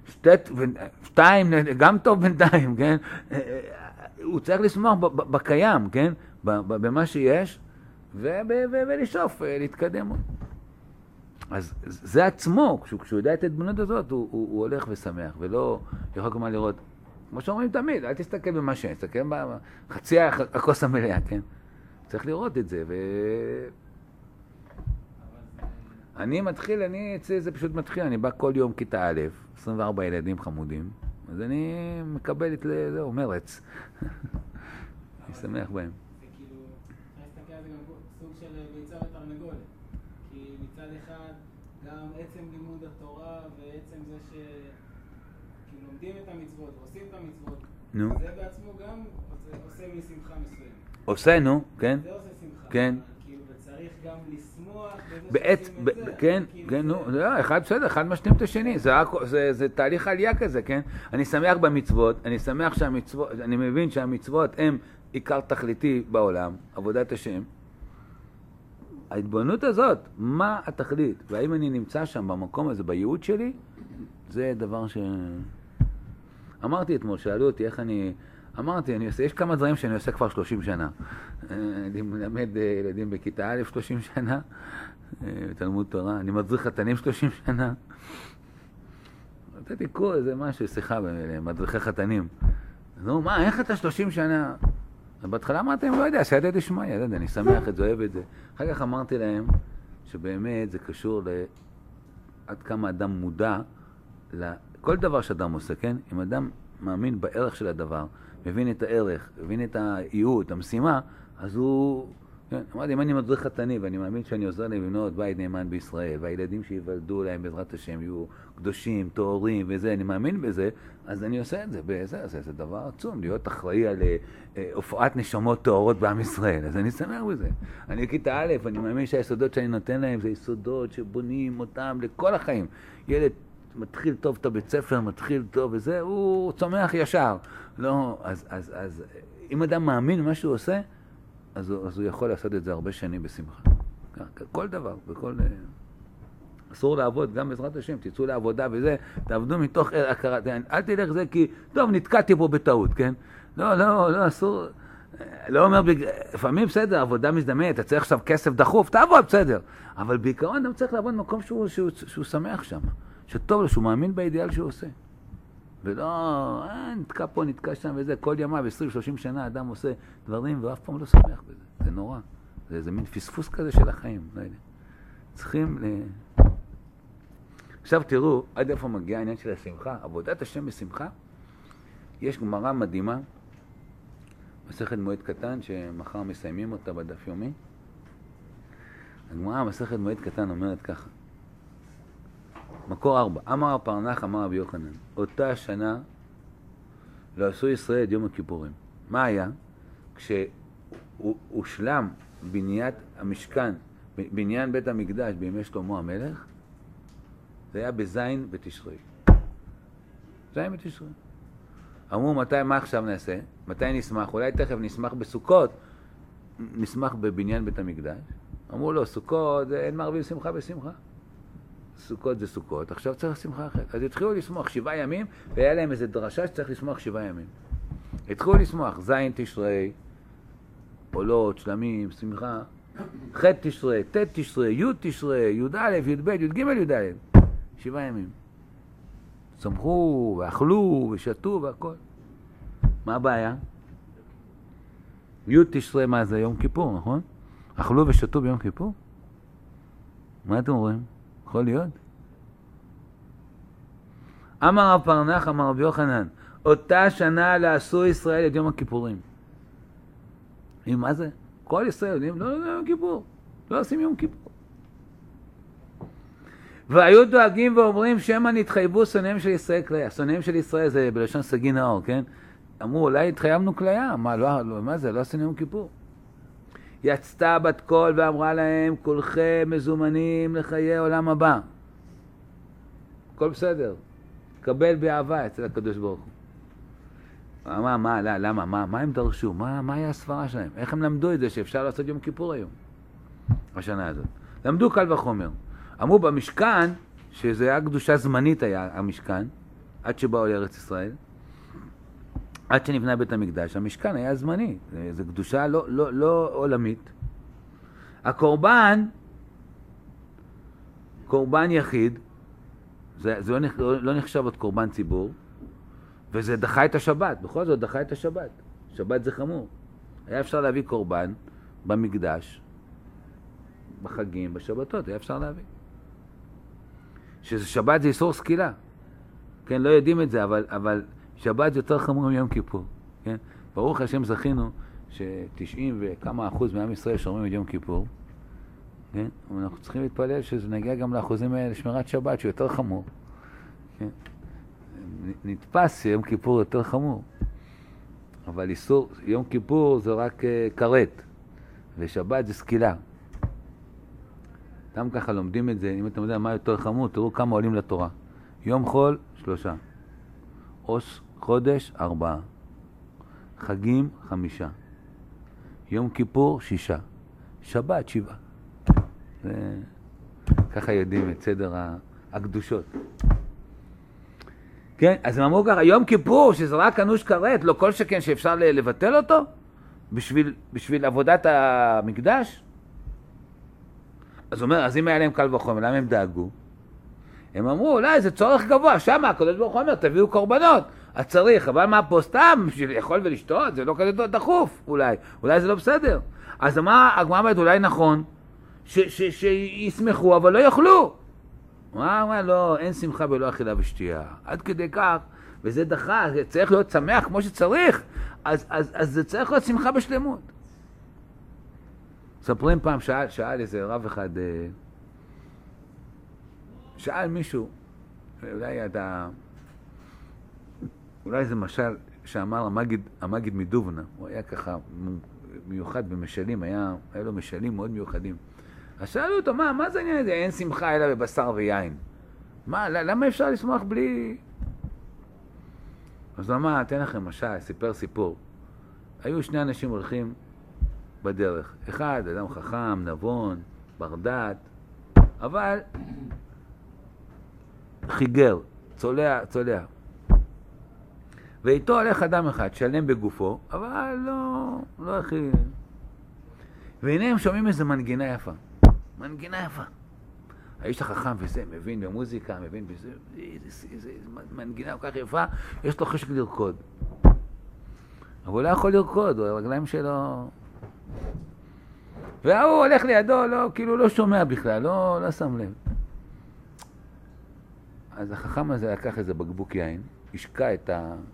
2, גם טוב בינתיים, כן? הוא צריך לשמוח בקיים, כן? במה שיש, ולשאוף, להתקדם. אז זה עצמו, כשהוא יודע את ההתבוננות הזאת, הוא הולך ושמח, ולא יכול כמובן לראות, כמו שאומרים תמיד, אל תסתכל במה שאין, תסתכל בחצי הכוס המלאה, כן? צריך לראות את זה, אני מתחיל, זה פשוט מתחיל, אני בא כל יום כיתה א', 24 ילדים חמודים, אז אני מקבל את זה, מרץ. אני שמח בהם. זה כאילו, אני אסתכל על זה גם סוג של ביצה ותרנגולת, כי מצד אחד גם עצם לימוד התורה ועצם זה שלומדים את המצוות ועושים את המצוות, זה בעצמו גם עושה משמחה מסוימת. עושה, נו, כן. זה עושה שמחה. כן. כאילו בצד צריך גם לשמוח בעת, שעושים את זה. כן, כאילו כן, זה- נו, לא, אחד בסדר, אחד משלים את השני, זה תהליך עלייה כזה, כן? אני שמח במצוות, אני שמח שהמצוות, אני מבין שהמצוות הם עיקר תכליתי בעולם, עבודת השם. ההתבוננות הזאת, מה התכלית, והאם אני נמצא שם במקום הזה, בייעוד שלי, זה דבר ש... אמרתי אתמול, שאלו אותי איך אני... אמרתי, יש כמה דברים שאני עושה כבר 30 שנה. אני מלמד ילדים בכיתה א' 30 שנה, בתלמוד תורה, אני מדריך חתנים 30 שנה. נתתי קורא איזה משהו, שיחה במדריכי חתנים. נו, מה, איך אתה 30 שנה? בהתחלה אמרתי, לא יודע, סייעתא דשמיא, אני שמח את זה, אוהב את זה. אחר כך אמרתי להם שבאמת זה קשור עד כמה אדם מודע לכל דבר שאדם עושה, כן? אם אדם מאמין בערך של הדבר, מבין את הערך, מבין את הייעוד, את המשימה, אז הוא... כן, אמרתי, אם אני מדריך חתני ואני מאמין שאני עוזר להם לבנות בית נאמן בישראל, והילדים שיוולדו להם בעזרת השם יהיו קדושים, טהורים וזה, אני מאמין בזה, אז אני עושה את זה. זה דבר עצום, להיות אחראי על הופעת נשמות טהורות בעם ישראל, אז אני שמח בזה. אני כיתה א', אני מאמין שהיסודות שאני נותן להם זה יסודות שבונים אותם לכל החיים. ילד מתחיל טוב את הבית ספר, מתחיל טוב וזה, הוא צומח ישר. לא, אז אם אדם מאמין מה שהוא עושה, אז הוא יכול לעשות את זה הרבה שנים בשמחה. כל דבר, בכל... אסור לעבוד, גם בעזרת השם, תצאו לעבודה וזה, תעבדו מתוך הכרת, אל תלך זה כי, טוב, נתקעתי פה בטעות, כן? לא, אסור, לא אומר, לפעמים בסדר, עבודה מזדמנת, אתה צריך עכשיו כסף דחוף, תעבוד, בסדר. אבל בעיקרון אתה צריך לעבוד במקום שהוא שמח שם, שטוב לו, שהוא מאמין באידיאל שהוא עושה. ולא, נתקע פה, נתקע שם וזה, כל ימיו, 20-30 שנה אדם עושה דברים ואף פעם לא שמח בזה, זה נורא. זה מין פספוס כזה של החיים, לא יודע. צריכים עכשיו תראו, עד איפה מגיע העניין של השמחה, עבודת השם בשמחה. יש גמרא מדהימה, מסכת מועד קטן, שמחר מסיימים אותה בדף יומי. הגמרא, מסכת מועד קטן, אומרת ככה. מקור 4, אמר הפרנח, אמר רבי יוחנן, אותה שנה לא עשו ישראל את יום הכיפורים. מה היה? כשהושלם בניית המשכן, בניין בית המקדש בימי שלמה המלך, זה היה בזין בתשרי. זין בתשרי. אמרו, מה עכשיו נעשה? מתי נשמח? אולי תכף נשמח בסוכות, נשמח בבניין בית המקדש. אמרו לו, סוכות, אין מערבים שמחה בשמחה. סוכות זה סוכות, עכשיו צריך שמחה אחרת. אז התחילו לשמוח 7 ימים, והיה להם איזו דרשה שצריך לשמוח 7 ימים. התחילו לשמוח, זין תשרי, עולות, שלמים, שמחה, ח' תשרי, ט' תשרי, י' תשרי, י' א', י' ב', י' ג', י' א', 7 ימים. שמחו, ואכלו, ושתו, והכל. מה הבעיה? י' תשרי, מה זה? יום כיפור, נכון? אכלו ושתו ביום כיפור? מה אתם אומרים? יכול להיות? אמר הפרנח, אמר רבי יוחנן, אותה שנה לא עשו ישראל את יום הכיפורים. מה זה? כל ישראל יודעים, לא יום כיפור, לא עושים יום כיפור. והיו דואגים ואומרים שמא נתחייבו שונאים של ישראל כליה. שונאים של ישראל זה בלשון סגי נאור, כן? אמרו, אולי התחייבנו כליה, מה זה? לא עשינו יום כיפור. יצתה בת קול ואמרה להם, כולכם מזומנים לחיי עולם הבא. הכל בסדר. קבל באהבה אצל הקדוש ברוך הוא. למה? מה הם דרשו? מה היה הסברה שלהם? איך הם למדו את זה שאפשר לעשות יום כיפור היום? השנה הזאת. למדו קל וחומר. אמרו במשכן, שזה היה קדושה זמנית היה המשכן, עד שבאו לארץ ישראל, עד שנבנה בית המקדש, המשכן היה זמני, זו קדושה לא עולמית. הקורבן, קורבן יחיד, זה לא נחשב עוד קורבן ציבור, וזה דחה את השבת, בכל זאת דחה את השבת. שבת זה חמור. היה אפשר להביא קורבן במקדש, בחגים, בשבתות, היה אפשר להביא. ששבת זה איסור סקילה. כן, לא יודעים את זה, אבל שבת זה יותר חמור מיום כיפור. כן? ברוך השם זכינו ש90 וכמה אחוז מעם ישראל שומרים את יום כיפור. כן? אנחנו צריכים להתפלל שזה נגיע גם לאחוזים האלה לשמירת שבת, שהוא יותר חמור. כן? נתפס שיום כיפור יותר חמור. אבל איסור, יום כיפור זה רק כרת, ושבת זה סקילה. אתם ככה לומדים את זה, אם אתם יודעים מה יותר חמור, תראו כמה עולים לתורה. יום חול, 3. ראש חודש, 4. חגים, 5. יום כיפור, 6. שבת, 7. ככה יודעים את סדר הקדושות. כן, אז הם אמרו ככה, יום כיפור, שזה רק אנוש כרת, לא כל שכן שאפשר לבטל אותו, בשביל עבודת המקדש. אז הוא אומר, אז אם היה להם קל וחומר, למה הם דאגו? הם אמרו, אולי זה צורך גבוה, שמה הקדוש ברוך הוא אומר, תביאו קורבנות, אז צריך, אבל מה פה סתם, בשביל לאכול ולשתות, זה לא כזה דחוף, אולי זה לא בסדר. אז מה, הגמרא אומרת, אולי נכון, שישמחו, אבל לא יאכלו. מה, לא, אין שמחה בלא אכילה ושתייה. עד כדי כך, וזה דחה, זה צריך להיות שמח כמו שצריך, אז זה צריך להיות שמחה בשלמות. ספרים פעם, שאל איזה רב אחד, שאל מישהו, אולי זה משל שאמר המגיד מדובנה, הוא היה ככה מיוחד במשלים, היה לו משלים מאוד מיוחדים. אז שאלו אותו, מה זה העניין הזה? אין שמחה אלא בבשר ויין. למה אפשר לשמוח בלי... אז הוא אמר, אתן לכם משל, סיפר סיפור. היו 2 אנשים הולכים בדרך. אחד, אדם חכם, נבון, בר דעת, אבל חיגר, צולע. ואיתו הולך אדם אחד, שלם בגופו, אבל לא הכי... והנה הם שומעים איזו מנגינה יפה. האיש החכם וזה, מבין במוזיקה, מבין בזה, איזה מנגינה כל כך יפה, יש לו חשק לרקוד. אבל הוא לא יכול לרקוד, הרגליים שלו... והוא הולך לידו, כאילו לא שומע בכלל, לא שם לב. אז החכם הזה לקח איזה בקבוק יין, השקע את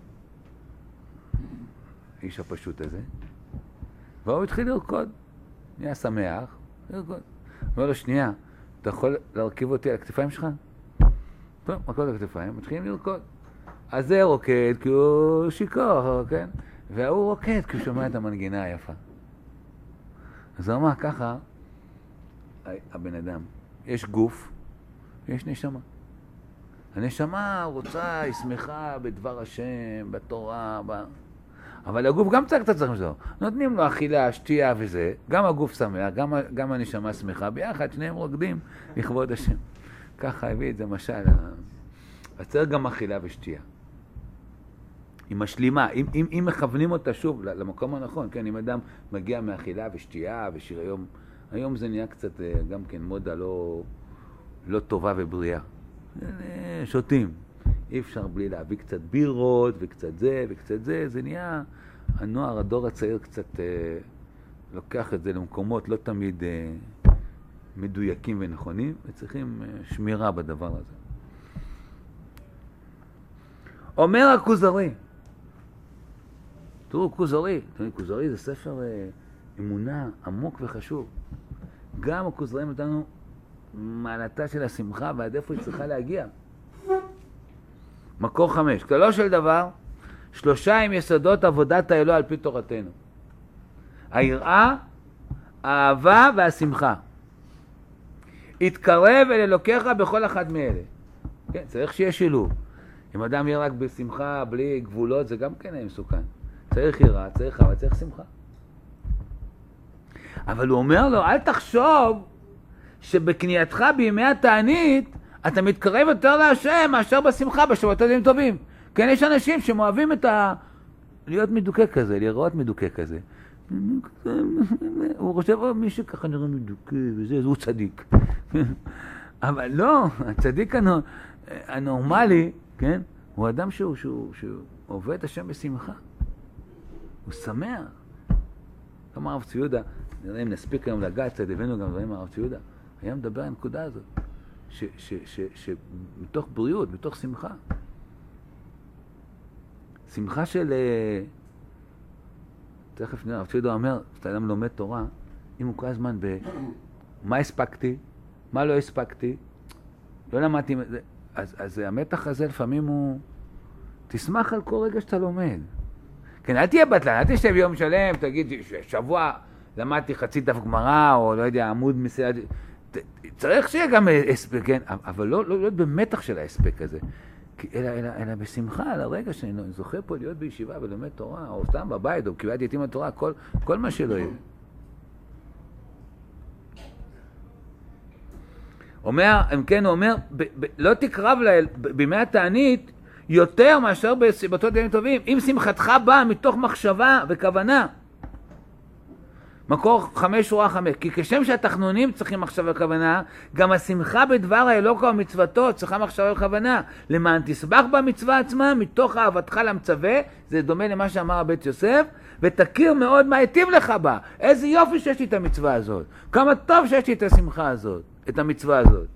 האיש הפשוט הזה, והוא התחיל לרקוד. נהיה שמח, לרקוד. אומר לו, שנייה, אתה יכול להרכיב אותי על הכתפיים שלך? טוב, רקוד על הכתפיים, מתחילים לרקוד. אז זה רוקד כי הוא שיקור, כן? והוא רוקד כי הוא שומע את המנגינה היפה. אז הוא אמר, ככה, הבן אדם, יש גוף ויש נשמה. הנשמה רוצה, היא שמחה בדבר השם, בתורה, אבל הגוף גם צריך את הצרכים שלו. נותנים לו אכילה, שתייה וזה, גם הגוף שמח, גם הנשמה שמחה, ביחד שניהם רוקדים לכבוד השם. ככה הביא את זה משל. אז צריך גם אכילה ושתייה. היא משלימה, אם מכוונים אותה שוב למקום הנכון, כן, אם אדם מגיע מאכילה ושתייה ושיר היום זה נהיה קצת גם כן מודה לא טובה ובריאה. שותים. אי אפשר בלי להביא קצת בירות וקצת זה, זה נהיה, הנוער, הדור הצעיר קצת לוקח את זה למקומות לא תמיד מדויקים ונכונים, וצריכים שמירה בדבר הזה. אומר הכוזרי, תראו כוזרי זה ספר אמונה עמוק וחשוב. גם הכוזרי נתנו מעלתה של השמחה ועד איפה היא צריכה להגיע. מקור 5. כללו של דבר, 3 עם יסודות עבודת האלוה על פי תורתנו. היראה, האהבה והשמחה. התקרב אל אלוקיך בכל אחד מאלה. כן, צריך שיהיה שילוב. אם אדם יהיה רק בשמחה, בלי גבולות, זה גם כן מסוכן. צריך יראה, צריך אהבה, צריך שמחה. אבל הוא אומר לו, אל תחשוב שבקנייתך בימי התענית, אתה מתקרב יותר להשם מאשר בשמחה בשבועות ימים טובים. כן, יש אנשים שמאוהבים להיות מדוכא כזה, לראות מדוכא כזה. הוא חושב, מי שככה נראה מדוכא וזה, הוא צדיק. אבל לא, הצדיק הנורמלי, כן, הוא אדם שהוא עובד את השם בשמחה. הוא שמח. כמה הרב צבי יהודה, נראה אם נספיק היום לגעת, קצת הבאנו גם דברים מהרב צבי יהודה, היה מדבר על הנקודה הזאת. שמתוך בריאות, מתוך שמחה. שמחה של... תכף נראה, הרב צבי יהודה אומר, כשאתה אדם לומד תורה, אם הוא כל הזמן מה הספקתי, מה לא הספקתי, לא למדתי... אז המתח הזה לפעמים הוא... תשמח על כל רגע שאתה לומד. כן, אל תהיה בטלן, אל תשב יום שלם, תגיד, שבוע למדתי חצי דף גמרא, או לא יודע, עמוד מסייד... צריך שיהיה גם הספק, כן? אבל לא להיות במתח של ההספק הזה. אלא בשמחה על הרגע שאני זוכה פה להיות בישיבה ולומד תורה, או סתם בבית, או קביעת יתים התורה, כל מה שלא יהיה. אומר, אם כן, הוא אומר, לא תקרב בימי התענית יותר מאשר בסיבתות דברים טובים, אם שמחתך באה מתוך מחשבה וכוונה. מקור 5 שורה 5, כי כשם שהתחנונים צריכים מחשבה וכוונה, גם השמחה בדבר האלוקה ומצוותו צריכה מחשבה וכוונה. למען תסבח במצווה עצמה מתוך אהבתך למצווה, זה דומה למה שאמר בית יוסף, ותכיר מאוד מה היטיב לך בה. איזה יופי שיש לי את המצווה הזאת, כמה טוב שיש לי את השמחה הזאת, את המצווה הזאת.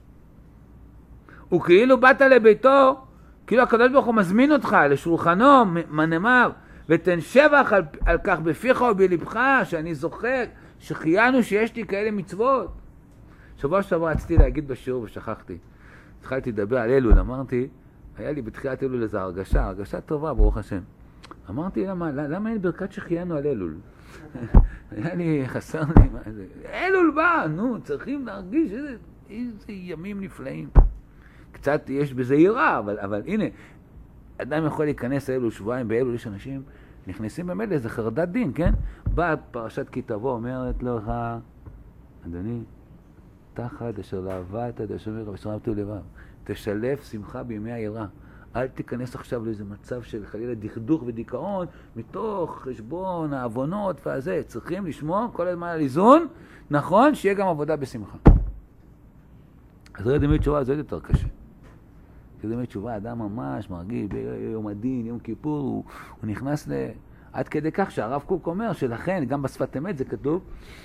וכאילו באת לביתו, כאילו הקדוש ברוך הוא מזמין אותך לשולחנו, מנאמר, ותן שבח על כך בפיך ובלבך, שאני זוכר שחיינו שיש לי כאלה מצוות. שבוע שעבר רציתי להגיד בשיעור ושכחתי. התחלתי לדבר על אלול, אמרתי, היה לי בתחילת אלול איזו הרגשה טובה, ברוך השם. אמרתי, למה אין ברכת שחיינו על אלול? היה לי חסר לי, מה זה? אלול בא, נו, צריכים להרגיש איזה ימים נפלאים. קצת יש בזה יראה, אבל הנה, אדם יכול להיכנס אלול שבועיים, באלול יש אנשים נכנסים באמת לאיזה חרדת דין, כן? באה פרשת כי תבוא, אומרת לך, אדוני, תחת אשר לאהבת עד אשר מרב ושרבתו לבב, תשלף שמחה בימי היראה. אל תיכנס עכשיו לאיזה מצב של חלילה דכדוך ודיכאון, מתוך חשבון, העוונות והזה. צריכים לשמור כל הזמן על איזון, נכון שיהיה גם עבודה בשמחה. אז רד ימי תשובה זה יותר קשה. כי ימי תשובה, אדם ממש מרגיש ביום הדין, יום כיפור, הוא נכנס עד כדי כך שהרב קוק אומר שלכן, גם בשפת אמת זה כתוב,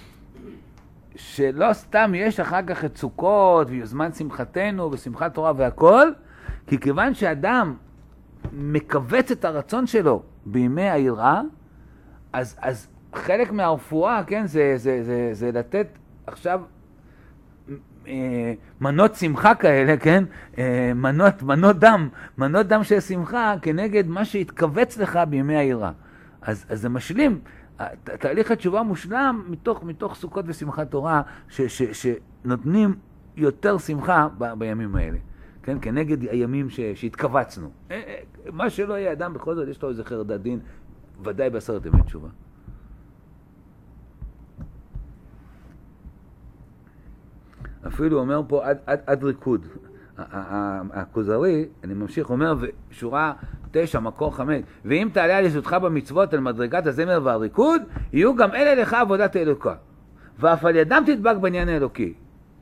שלא סתם יש אחר כך את סוכות וזמן שמחתנו ושמחת תורה והכל, כי כיוון שאדם מקבץ את הרצון שלו בימי היראה, אז חלק מהרפואה, כן, זה לתת עכשיו מנות שמחה כאלה, כן, מנות דם של שמחה כנגד מה שהתכווץ לך בימי היראה. אז זה משלים, תהליך התשובה מושלם מתוך סוכות ושמחת תורה שנותנים יותר שמחה בימים האלה. כן, כנגד הימים שהתכווצנו. מה שלא יהיה אדם בכל זאת, יש לו איזה חרדת דין, ודאי בעשרת ימי תשובה. אפילו אומר פה עד ריקוד. הכוזרי, אני ממשיך, אומר, שורה 9, מקור 5, ואם תעלה על יסודך במצוות על מדרגת הזמר והריקוד, יהיו גם אלה לך עבודת האלוקה. ואף על ידם תדבק בעניין האלוקי.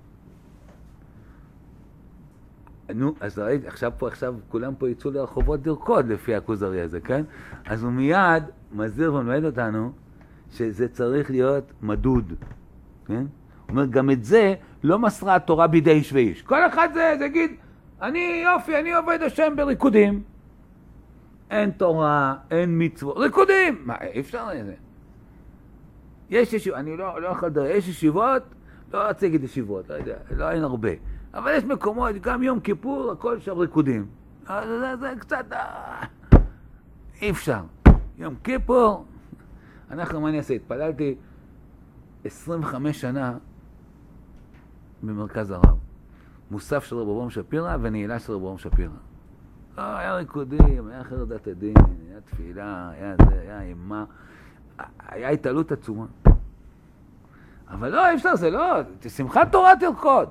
נו, אז ראית, עכשיו כולם פה יצאו לרחובות לרקוד לפי הכוזרי הזה, כן? אז הוא מיד מזהיר ומלמד אותנו שזה צריך להיות מדוד, כן? הוא אומר, גם את זה לא מסרה התורה בידי איש ואיש. כל אחד זה יגיד, אני עובד השם בריקודים. אין תורה, אין מצוות, ריקודים! מה, אי אפשר לזה? יש ישיבות, אני לא יכול לדבר, יש ישיבות, לא רוצה להגיד ישיבות, לא יודע, לא אין הרבה. אבל יש מקומות, גם יום כיפור, הכל שם ריקודים. זה קצת... אי אפשר. יום כיפור, אנחנו, מה אני אעשה? התפללתי 25 שנה במרכז הרב. מוסף של רב אברהם שפירא ונעילה של רב אברהם שפירא. היה ריקודים, היה חרדת הדין, היה תפילה, היה אימה. היה התעלות עצומה. אבל לא, אי אפשר, זה לא... שמחת תורה תרקוד.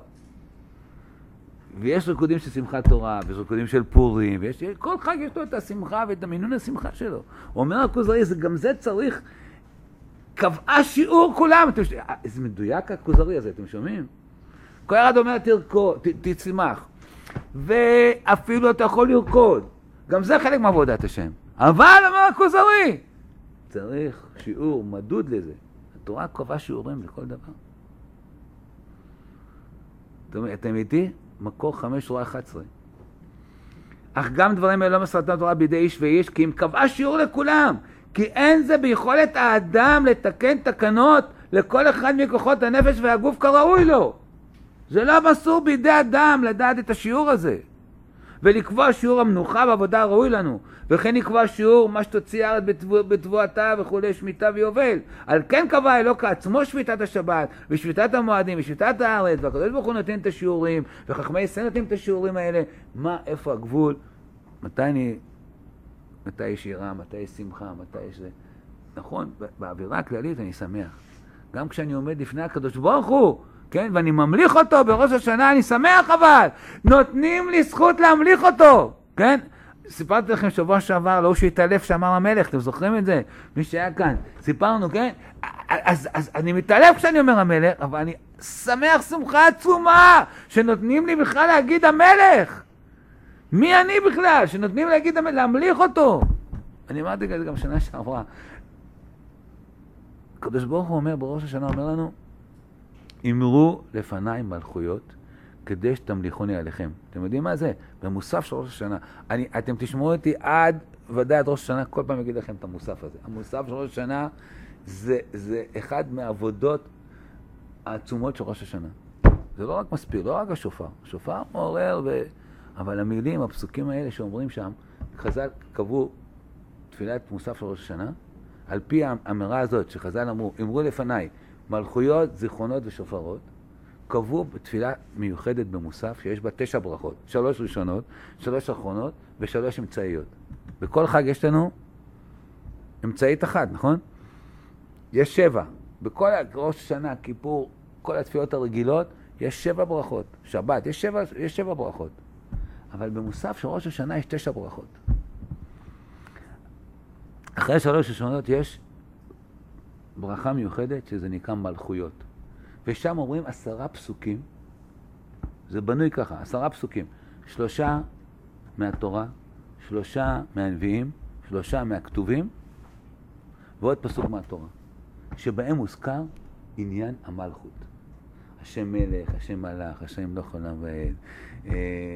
ויש ריקודים של שמחת תורה, ויש ריקודים של פורים, כל חג יש לו את השמחה ואת המינון השמחה שלו. אומר הכוזרי, גם זה צריך, קבעה שיעור כולם. איזה מדויק הכוזרי הזה, אתם שומעים? כל אחד אומר, תצמח. ואפילו אתה יכול לרקוד. גם זה חלק מעבודת השם. אבל אומר הכוזרי, צריך שיעור מדוד לזה. התורה קבעה שיעורים לכל דבר. אתם איתי? מקור 5 שורה 11. אך גם דברים האלה לא מסרתם תורה בידי איש ואיש, כי אם קבעה שיעור לכולם, כי אין זה ביכולת האדם לתקן תקנות לכל אחד מכוחות הנפש והגוף כראוי לו. זה לא מסור בידי אדם לדעת את השיעור הזה. ולקבוע שיעור המנוחה ועבודה ראוי לנו, וכן לקבוע שיעור מה שתוציא הארץ בתבואתה וכולי שמיטה ויובל. על כן קבע אלוק עצמו שביתת השבת ושביתת המועדים ושביתת הארץ, והקדוש ברוך הוא נותן את השיעורים, וחכמי ישראל נותנים את השיעורים האלה. מה, איפה הגבול? מתי יש יראה, מתי יש שמחה, מתי יש זה? נכון, באווירה הכללית אני שמח. גם כשאני עומד לפני הקדוש ברוך הוא, כן, ואני ממליך אותו בראש השנה, אני שמח, אבל נותנים לי זכות להמליך אותו, כן? סיפרתי לכם שבוע שעבר, לא שהתעלף שאמר המלך, אתם זוכרים את זה? מי שהיה כאן, סיפרנו, כן? אז אני מתעלף כשאני אומר המלך, אבל אני שמח שמחה עצומה, שנותנים לי בכלל להגיד המלך. מי אני בכלל? שנותנים לי להגיד המלך, להמליך אותו. אני אמרתי גם שנה שעברה. הקדוש ברוך הוא אומר, בראש השנה אומר לנו, אמרו לפניי מלכויות, כדי שתמליכוני עליכם. אתם יודעים מה זה? במוסף של ראש השנה. אתם תשמעו אותי עד ודאי עד ראש השנה, כל פעם אגיד לכם את המוסף הזה. המוסף של ראש השנה זה אחד מהעבודות העצומות של ראש השנה. זה לא רק מספיר, לא רק השופר. השופר מעורר, אבל המילים, הפסוקים האלה שאומרים שם, חז"ל קבעו תפילת מוסף של ראש השנה, על פי האמירה הזאת שחז"ל אמרו לפניי, מלכויות, זיכרונות ושופרות, קבעו בתפילה מיוחדת במוסף שיש בה 9 ברכות, 3 ראשונות, 3 אחרונות ו3 אמצעיות. בכל חג יש לנו אמצעית אחת, נכון? יש 7. בכל ראש השנה, כיפור, כל התפילות הרגילות, יש 7 ברכות. שבת, יש 7 ברכות. אבל במוסף של ראש השנה יש 9 ברכות. אחרי 3 ראשונות יש ברכה מיוחדת שזה נקרא מלכויות. ושם אומרים 10 פסוקים, זה בנוי ככה, 10 פסוקים, 3 מהתורה, 3 מהנביאים, 3 מהכתובים, ועוד פסוק מהתורה, שבהם מוזכר עניין המלכות. השם מלך, השם מלך, השם לא חולם ועד,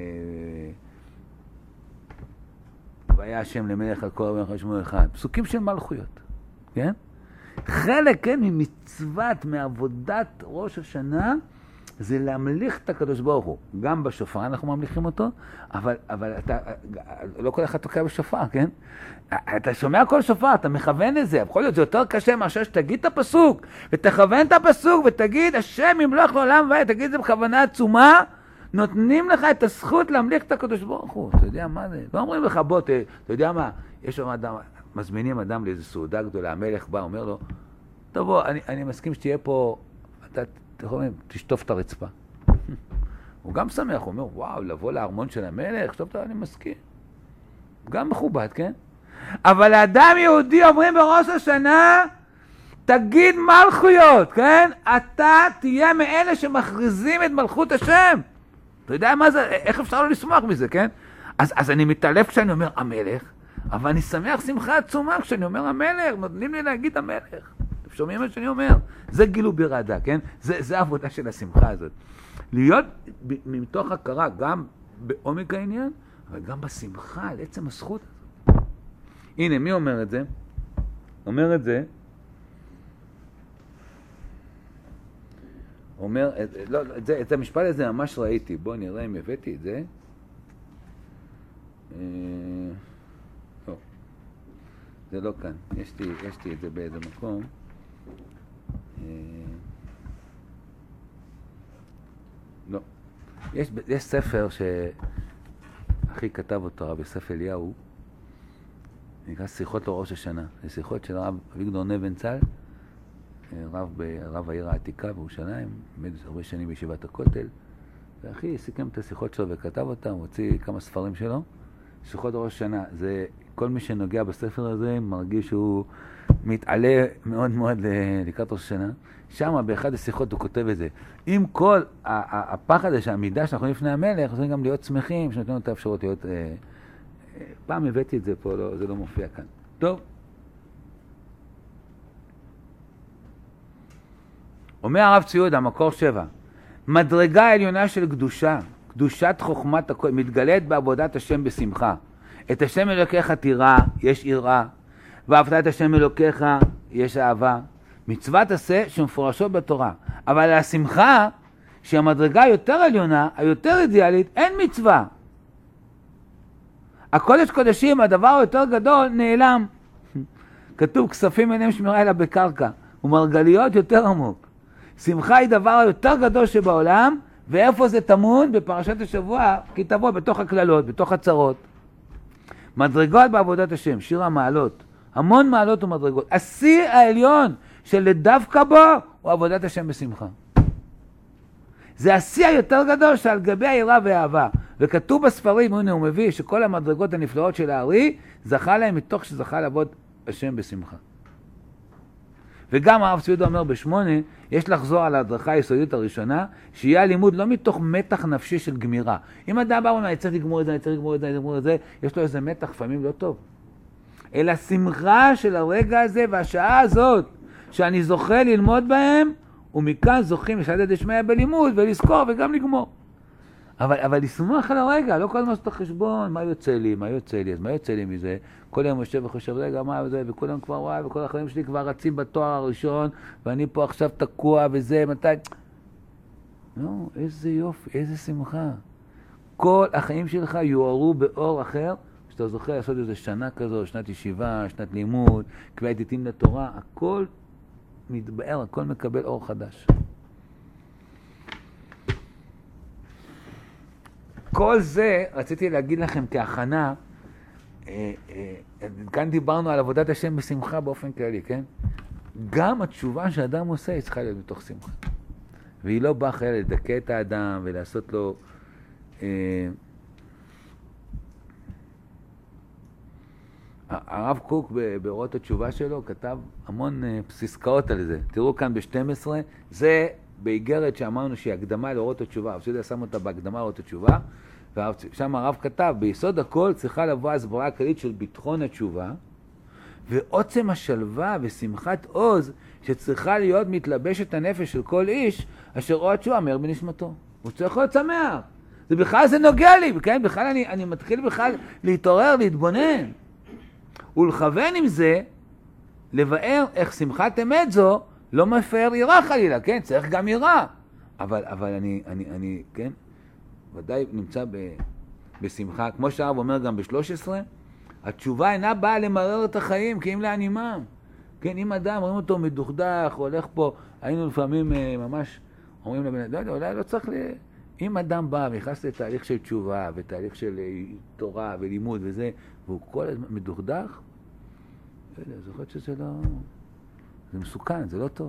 והיה השם למלך על כל רבי אחד שמו אחד, פסוקים של מלכויות, כן? חלק, כן, ממצוות, מעבודת ראש השנה, זה להמליך את הקדוש ברוך הוא. גם בשופר אנחנו ממליכים אותו, אבל אתה, לא כל אחד תוקע בשופר, כן? אתה שומע כל שופר, אתה מכוון את זה. יכול להיות, זה יותר קשה מאשר שתגיד את הפסוק, ותכוון את הפסוק, ותגיד, השם ימלוך לעולם ועד, תגיד את זה בכוונה עצומה, נותנים לך את הזכות להמליך את הקדוש ברוך הוא. אתה יודע מה זה? לא אומרים לך, בוא, אתה יודע מה? יש שם אדם, מזמינים אדם לאיזו סעודה גדולה, המלך בא, אומר לו, טוב, אני מסכים שתהיה פה, אתה תשטוף את הרצפה. הוא גם שמח, הוא אומר, וואו, לבוא לארמון של המלך, טוב, אני מסכים. גם מכובד, כן? אבל לאדם יהודי אומרים בראש השנה, תגיד מלכויות, כן? אתה תהיה מאלה שמכריזים את מלכות השם. אתה יודע מה זה? איך אפשר לא לשמוח מזה, כן? אז אני מתעלף כשאני אומר המלך, אבל אני שמח שמחה עצומה כשאני אומר המלך, נותנים לי להגיד המלך. אתם שומעים מה שאני אומר? זה גילו ברעדה, כן? זה העבודה של השמחה הזאת. להיות מתוך הכרה גם בעומק העניין, אבל גם בשמחה על עצם הזכות הזאת. הנה, מי אומר את זה? אומר את זה, אומר, לא, את המשפט הזה ממש ראיתי. בואו נראה אם הבאתי את זה. לא, זה לא כאן. יש לי את זה באיזה מקום. לא. יש ספר שאחי כתב אותו, רב יוסף אליהו, נקרא שיחות לראש השנה. זה שיחות של רב אביגדור נבנצל, רב העיר העתיקה בירושלים, עמד הרבה שנים בישיבת הכותל, ואחי סיכם את השיחות שלו וכתב אותם, הוא הוציא כמה ספרים שלו. שיחות לראש השנה, זה כל מי שנוגע בספר הזה מרגיש שהוא מתעלה מאוד מאוד לקראת ראש השנה. שם באחד השיחות הוא כותב את זה. עם כל הפחד הזה שהמידה שאנחנו לפני המלך, צריכים גם להיות שמחים, שנותנים את האפשרות להיות... פעם הבאתי את זה פה, לא, זה לא מופיע כאן. טוב. אומר הרב ציודה, מקור 7, מדרגה עליונה של קדושה, קדושת חוכמת הכל, מתגלית בעבודת השם בשמחה. את השם אלוקיך תירא, יש יראה, ואהבת את השם אלוקיך, יש אהבה. מצוות עשה שמפורשות בתורה, אבל השמחה, שהמדרגה יותר עליונה, היותר אידיאלית, אין מצווה. הקודש קודשים, הדבר היותר גדול, נעלם. כתוב, כספים אינם שמירה אלא בקרקע, ומרגליות יותר עמוק. שמחה היא דבר היותר גדול שבעולם, ואיפה זה טמון? בפרשת השבוע, כי תבוא בתוך הכללות, בתוך הצרות. מדרגות בעבודת השם, שיר המעלות, המון מעלות ומדרגות. השיא העליון של דווקא בו, הוא עבודת השם בשמחה. זה השיא היותר גדול שעל גבי היראה והאהבה. וכתוב בספרים, הנה הוא מביא, שכל המדרגות הנפלאות של הארי, זכה להם מתוך שזכה לעבוד השם בשמחה. וגם הרב צבי יהודה אומר ב8, יש לחזור על ההדרכה היסודית הראשונה, שיהיה הלימוד לא מתוך מתח נפשי של גמירה. אם אדם בא ואומר, אני צריך לגמור את זה, אני צריך לגמור את זה, אני צריך לגמור את זה, יש לו איזה מתח לפעמים לא טוב. אלא שמחה של הרגע הזה והשעה הזאת, שאני זוכה ללמוד בהם, ומכאן זוכים לשעדת דשמיא בלימוד ולזכור וגם לגמור. אבל לשמוח על הרגע, לא כל הזמן לעשות את החשבון, מה יוצא לי, אז מה יוצא לי מזה? כל יום יושב וחושב, רגע, מה זה, וכולם כבר וואי, וכל החיים שלי כבר רצים בתואר הראשון, ואני פה עכשיו תקוע וזה, מתי? לא, איזה יופי, איזה שמחה. כל החיים שלך יוארו באור אחר, שאתה זוכה לעשות איזה שנה כזו, שנת ישיבה, שנת לימוד, קביעת עתים לתורה, הכל מתבאר, הכל מקבל אור חדש. כל זה רציתי להגיד לכם כהכנה, כאן דיברנו על עבודת השם בשמחה באופן כללי, כן? גם התשובה שאדם עושה היא צריכה להיות מתוך שמחה. והיא לא באה אחרי לדכא את האדם ולעשות לו... הרב קוק באורות התשובה שלו כתב המון פסקאות על זה. תראו כאן ב12, זה באיגרת שאמרנו שהיא הקדמה לאורות התשובה. הרב צבי שם אותה בהקדמה לאורות התשובה, ושם הרב כתב, ביסוד הכל צריכה לבוא הסברה הכללית של ביטחון התשובה, ועוצם השלווה ושמחת עוז שצריכה להיות מתלבשת הנפש של כל איש, אשר רואה התשובה מאיר בנשמתו. הוא צריך להיות שמח. זה בכלל זה נוגע לי, כן? בכלל אני מתחיל בכלל להתעורר, להתבונן. ולכוון עם זה, לבאר איך שמחת אמת זו לא מפאר יראה חלילה, כן? צריך גם יראה. אבל אני, כן? ודאי נמצא בשמחה, כמו שהרב אומר גם ב13, התשובה אינה באה למרר את החיים, כי אם להנימם. כן, אם אדם, רואים אותו מדוכדך, הולך פה, היינו לפעמים ממש אומרים לבן, לא יודע, אולי לא צריך אם אדם בא ונכנס לתהליך של תשובה, ותהליך של תורה ולימוד וזה, והוא כל הזמן מדוכדך, לא יודע, זוכרת שזה לא... זה מסוכן, זה לא טוב.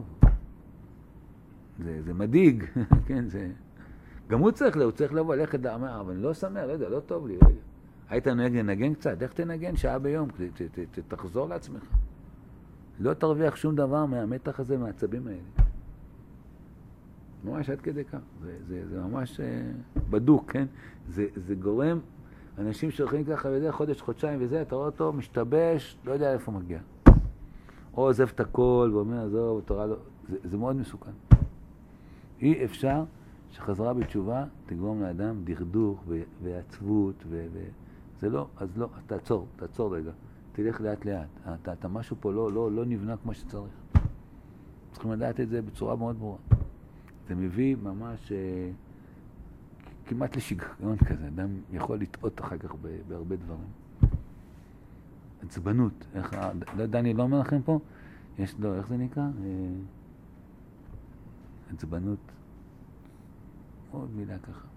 זה מדאיג, כן, זה... גם הוא צריך לבוא, ללכת דאמר, אבל אני לא שמח, לא יודע, לא טוב לי, רגע. היית נוהג לנגן קצת, איך תנגן שעה ביום, תחזור לעצמך. לא תרוויח שום דבר מהמתח הזה, מהעצבים האלה. ממש עד כדי כך, זה ממש בדוק, כן? זה גורם, אנשים שהולכים ככה וזה, חודש, חודשיים וזה, אתה רואה אותו, משתבש, לא יודע איפה מגיע. או עוזב את הכל ואומר, עזוב, תורה לא, זה מאוד מסוכן. אי אפשר שחזרה בתשובה תגרום לאדם דכדוך ועצבות זה לא, אז לא, תעצור רגע, תלך לאט לאט, אתה משהו פה לא נבנה כמו שצריך. צריכים לדעת את זה בצורה מאוד ברורה. זה מביא ממש כמעט לשיגעון כזה, אדם יכול לטעות אחר כך בהרבה דברים. עצבנות, דני לא אומר לכם פה? יש לו, איך זה נקרא? עצבנות. עוד מילה ככה.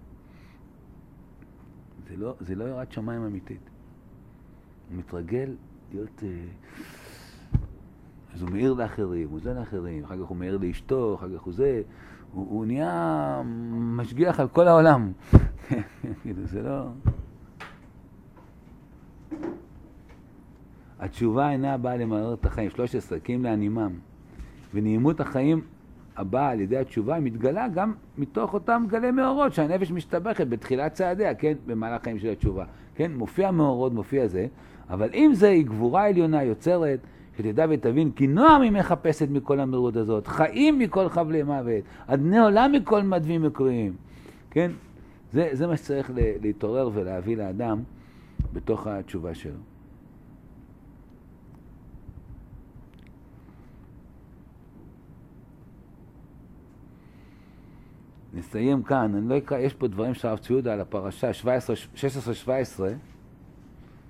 זה לא יראת שמיים אמיתית. הוא מתרגל להיות... אז הוא מאיר לאחרים, הוא זה לאחרים, אחר כך הוא מאיר לאשתו, אחר כך הוא זה... הוא נהיה משגיח על כל העולם. זה לא... התשובה אינה באה למרר את החיים. 13, כי אם להנימם. ונעימות החיים הבאה על ידי התשובה היא מתגלה גם מתוך אותם גלי מאורות שהנפש משתבחת בתחילת צעדיה, כן? במהלך החיים של התשובה. כן? מופיע מאורות, מופיע זה. אבל אם זה היא גבורה עליונה יוצרת, שתדע ותבין, כי נועם היא מחפשת מכל המרות הזאת, חיים מכל חבלי מוות, אדני עולם מכל מדבים מקרויים. כן? זה מה שצריך להתעורר ולהביא לאדם בתוך התשובה שלו. נסיים כאן, אני לא אקרא, יש פה דברים שהרב צבי יהודה על הפרשה 16-17,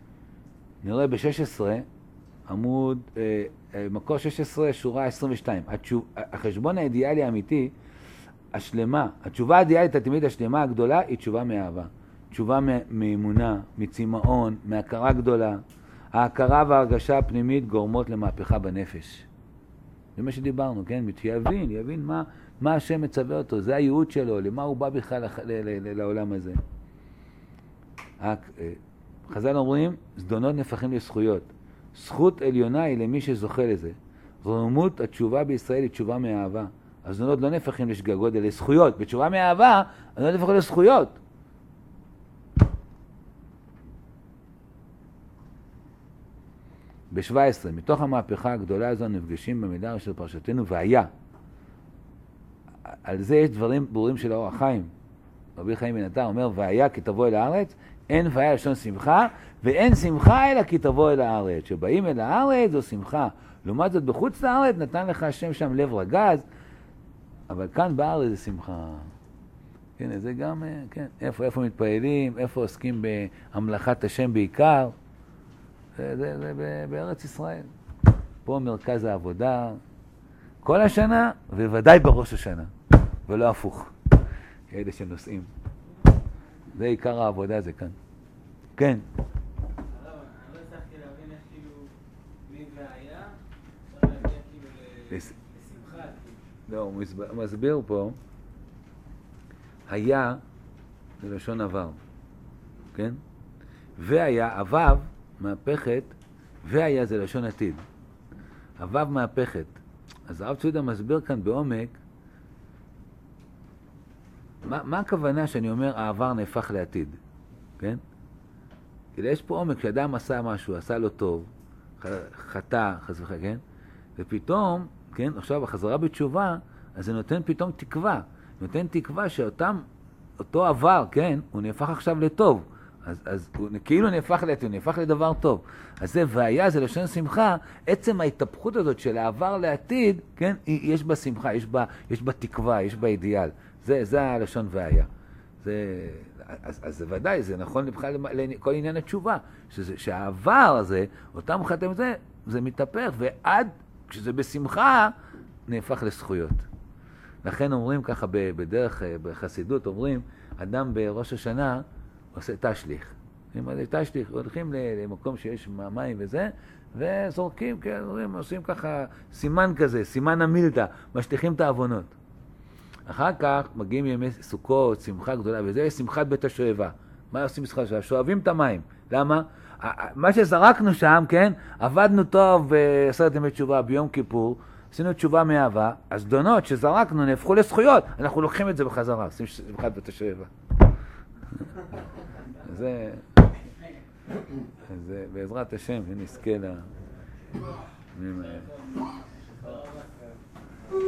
נראה ב-16, עמוד, מקור 16, שורה 22. החשבון האידיאלי האמיתי, השלמה, התשובה האידיאלית התמיד השלמה הגדולה היא תשובה מאהבה. תשובה מאמונה, מצמאון, מהכרה גדולה. ההכרה וההרגשה הפנימית גורמות למהפכה בנפש. זה מה שדיברנו, כן? יבין מה השם מצווה אותו, זה הייעוד שלו, למה הוא בא בכלל לעולם הזה. חז"ל אומרים, זדונות נהפכים לזכויות. זכות עליונה היא למי שזוכה לזה. רוממות התשובה בישראל היא תשובה מאהבה. הזדונות לא נהפכים לשגגות, אלא לזכויות. בתשובה מאהבה, הזדונות נהפכים לזכויות. ב-17, מתוך המהפכה הגדולה הזו נפגשים במידה של פרשתנו והיה. על זה יש דברים ברורים של האור החיים. רבי חיים בן עטר אומר, והיה כי תבוא אל הארץ, אין והיה לשון שמחה, ואין שמחה אלא כי תבוא אל הארץ. שבאים אל הארץ זו שמחה. לעומת זאת בחוץ לארץ נתן לך השם שם לב רגז, אבל כאן בארץ זה שמחה. כן, זה גם, כן, איפה מתפעלים, איפה עוסקים בהמלכת השם בעיקר. זה בארץ ישראל. פה מרכז העבודה, כל השנה, וודאי בראש השנה, ולא הפוך. כאלה שנוסעים. זה עיקר העבודה, זה כאן. כן. אני לא הצלחתי להבין איך כאילו מי והיה, אפשר להגיע כאילו לשמחה. לא, הוא מסביר פה, היה זה לשון עבר, כן? והיה, אבב, מהפכת, והיה זה לשון עתיד. אבב מהפכת. אז הרב צבי יהודה מסביר כאן בעומק, מה הכוונה שאני אומר העבר נהפך לעתיד, כן? כי יש פה עומק שאדם עשה משהו, עשה לו טוב, חטא, חס וחלילה, כן? ופתאום, כן, עכשיו החזרה בתשובה, אז זה נותן פתאום תקווה. נותן תקווה שאותו עבר, כן, הוא נהפך עכשיו לטוב. אז הוא כאילו נהפך לעתיד, הוא נהפך לדבר טוב. אז זה והיה, זה לשון שמחה, עצם ההתהפכות הזאת של העבר לעתיד, כן, יש בה שמחה, יש בה תקווה, יש בה אידיאל. זה הלשון והיה. אז זה ודאי, זה נכון לבחר לכל עניין התשובה, שהעבר הזה, אותם חטאים זה מתהפך, ועד כשזה בשמחה, נהפך לזכויות. לכן אומרים ככה בדרך, בחסידות אומרים, אדם בראש השנה עושה תשליך. תשליך, הולכים למקום שיש מים וזה, וזורקים, כן, עושים ככה סימן כזה, סימן המילתא, משליכים את העוונות. אחר כך מגיעים ימי סוכות, שמחה גדולה, וזה יש שמחת בית השואבה. מה עושים שמחת השואבה? שואבים את המים. למה? מה שזרקנו שם, כן, עבדנו טוב בעשרת ימי תשובה ביום כיפור, עשינו תשובה מאהבה, הזדונות שזרקנו נהפכו לזכויות, אנחנו לוקחים את זה בחזרה, עושים שמחת בית השואבה. זה בעזרת השם, נזכה לה.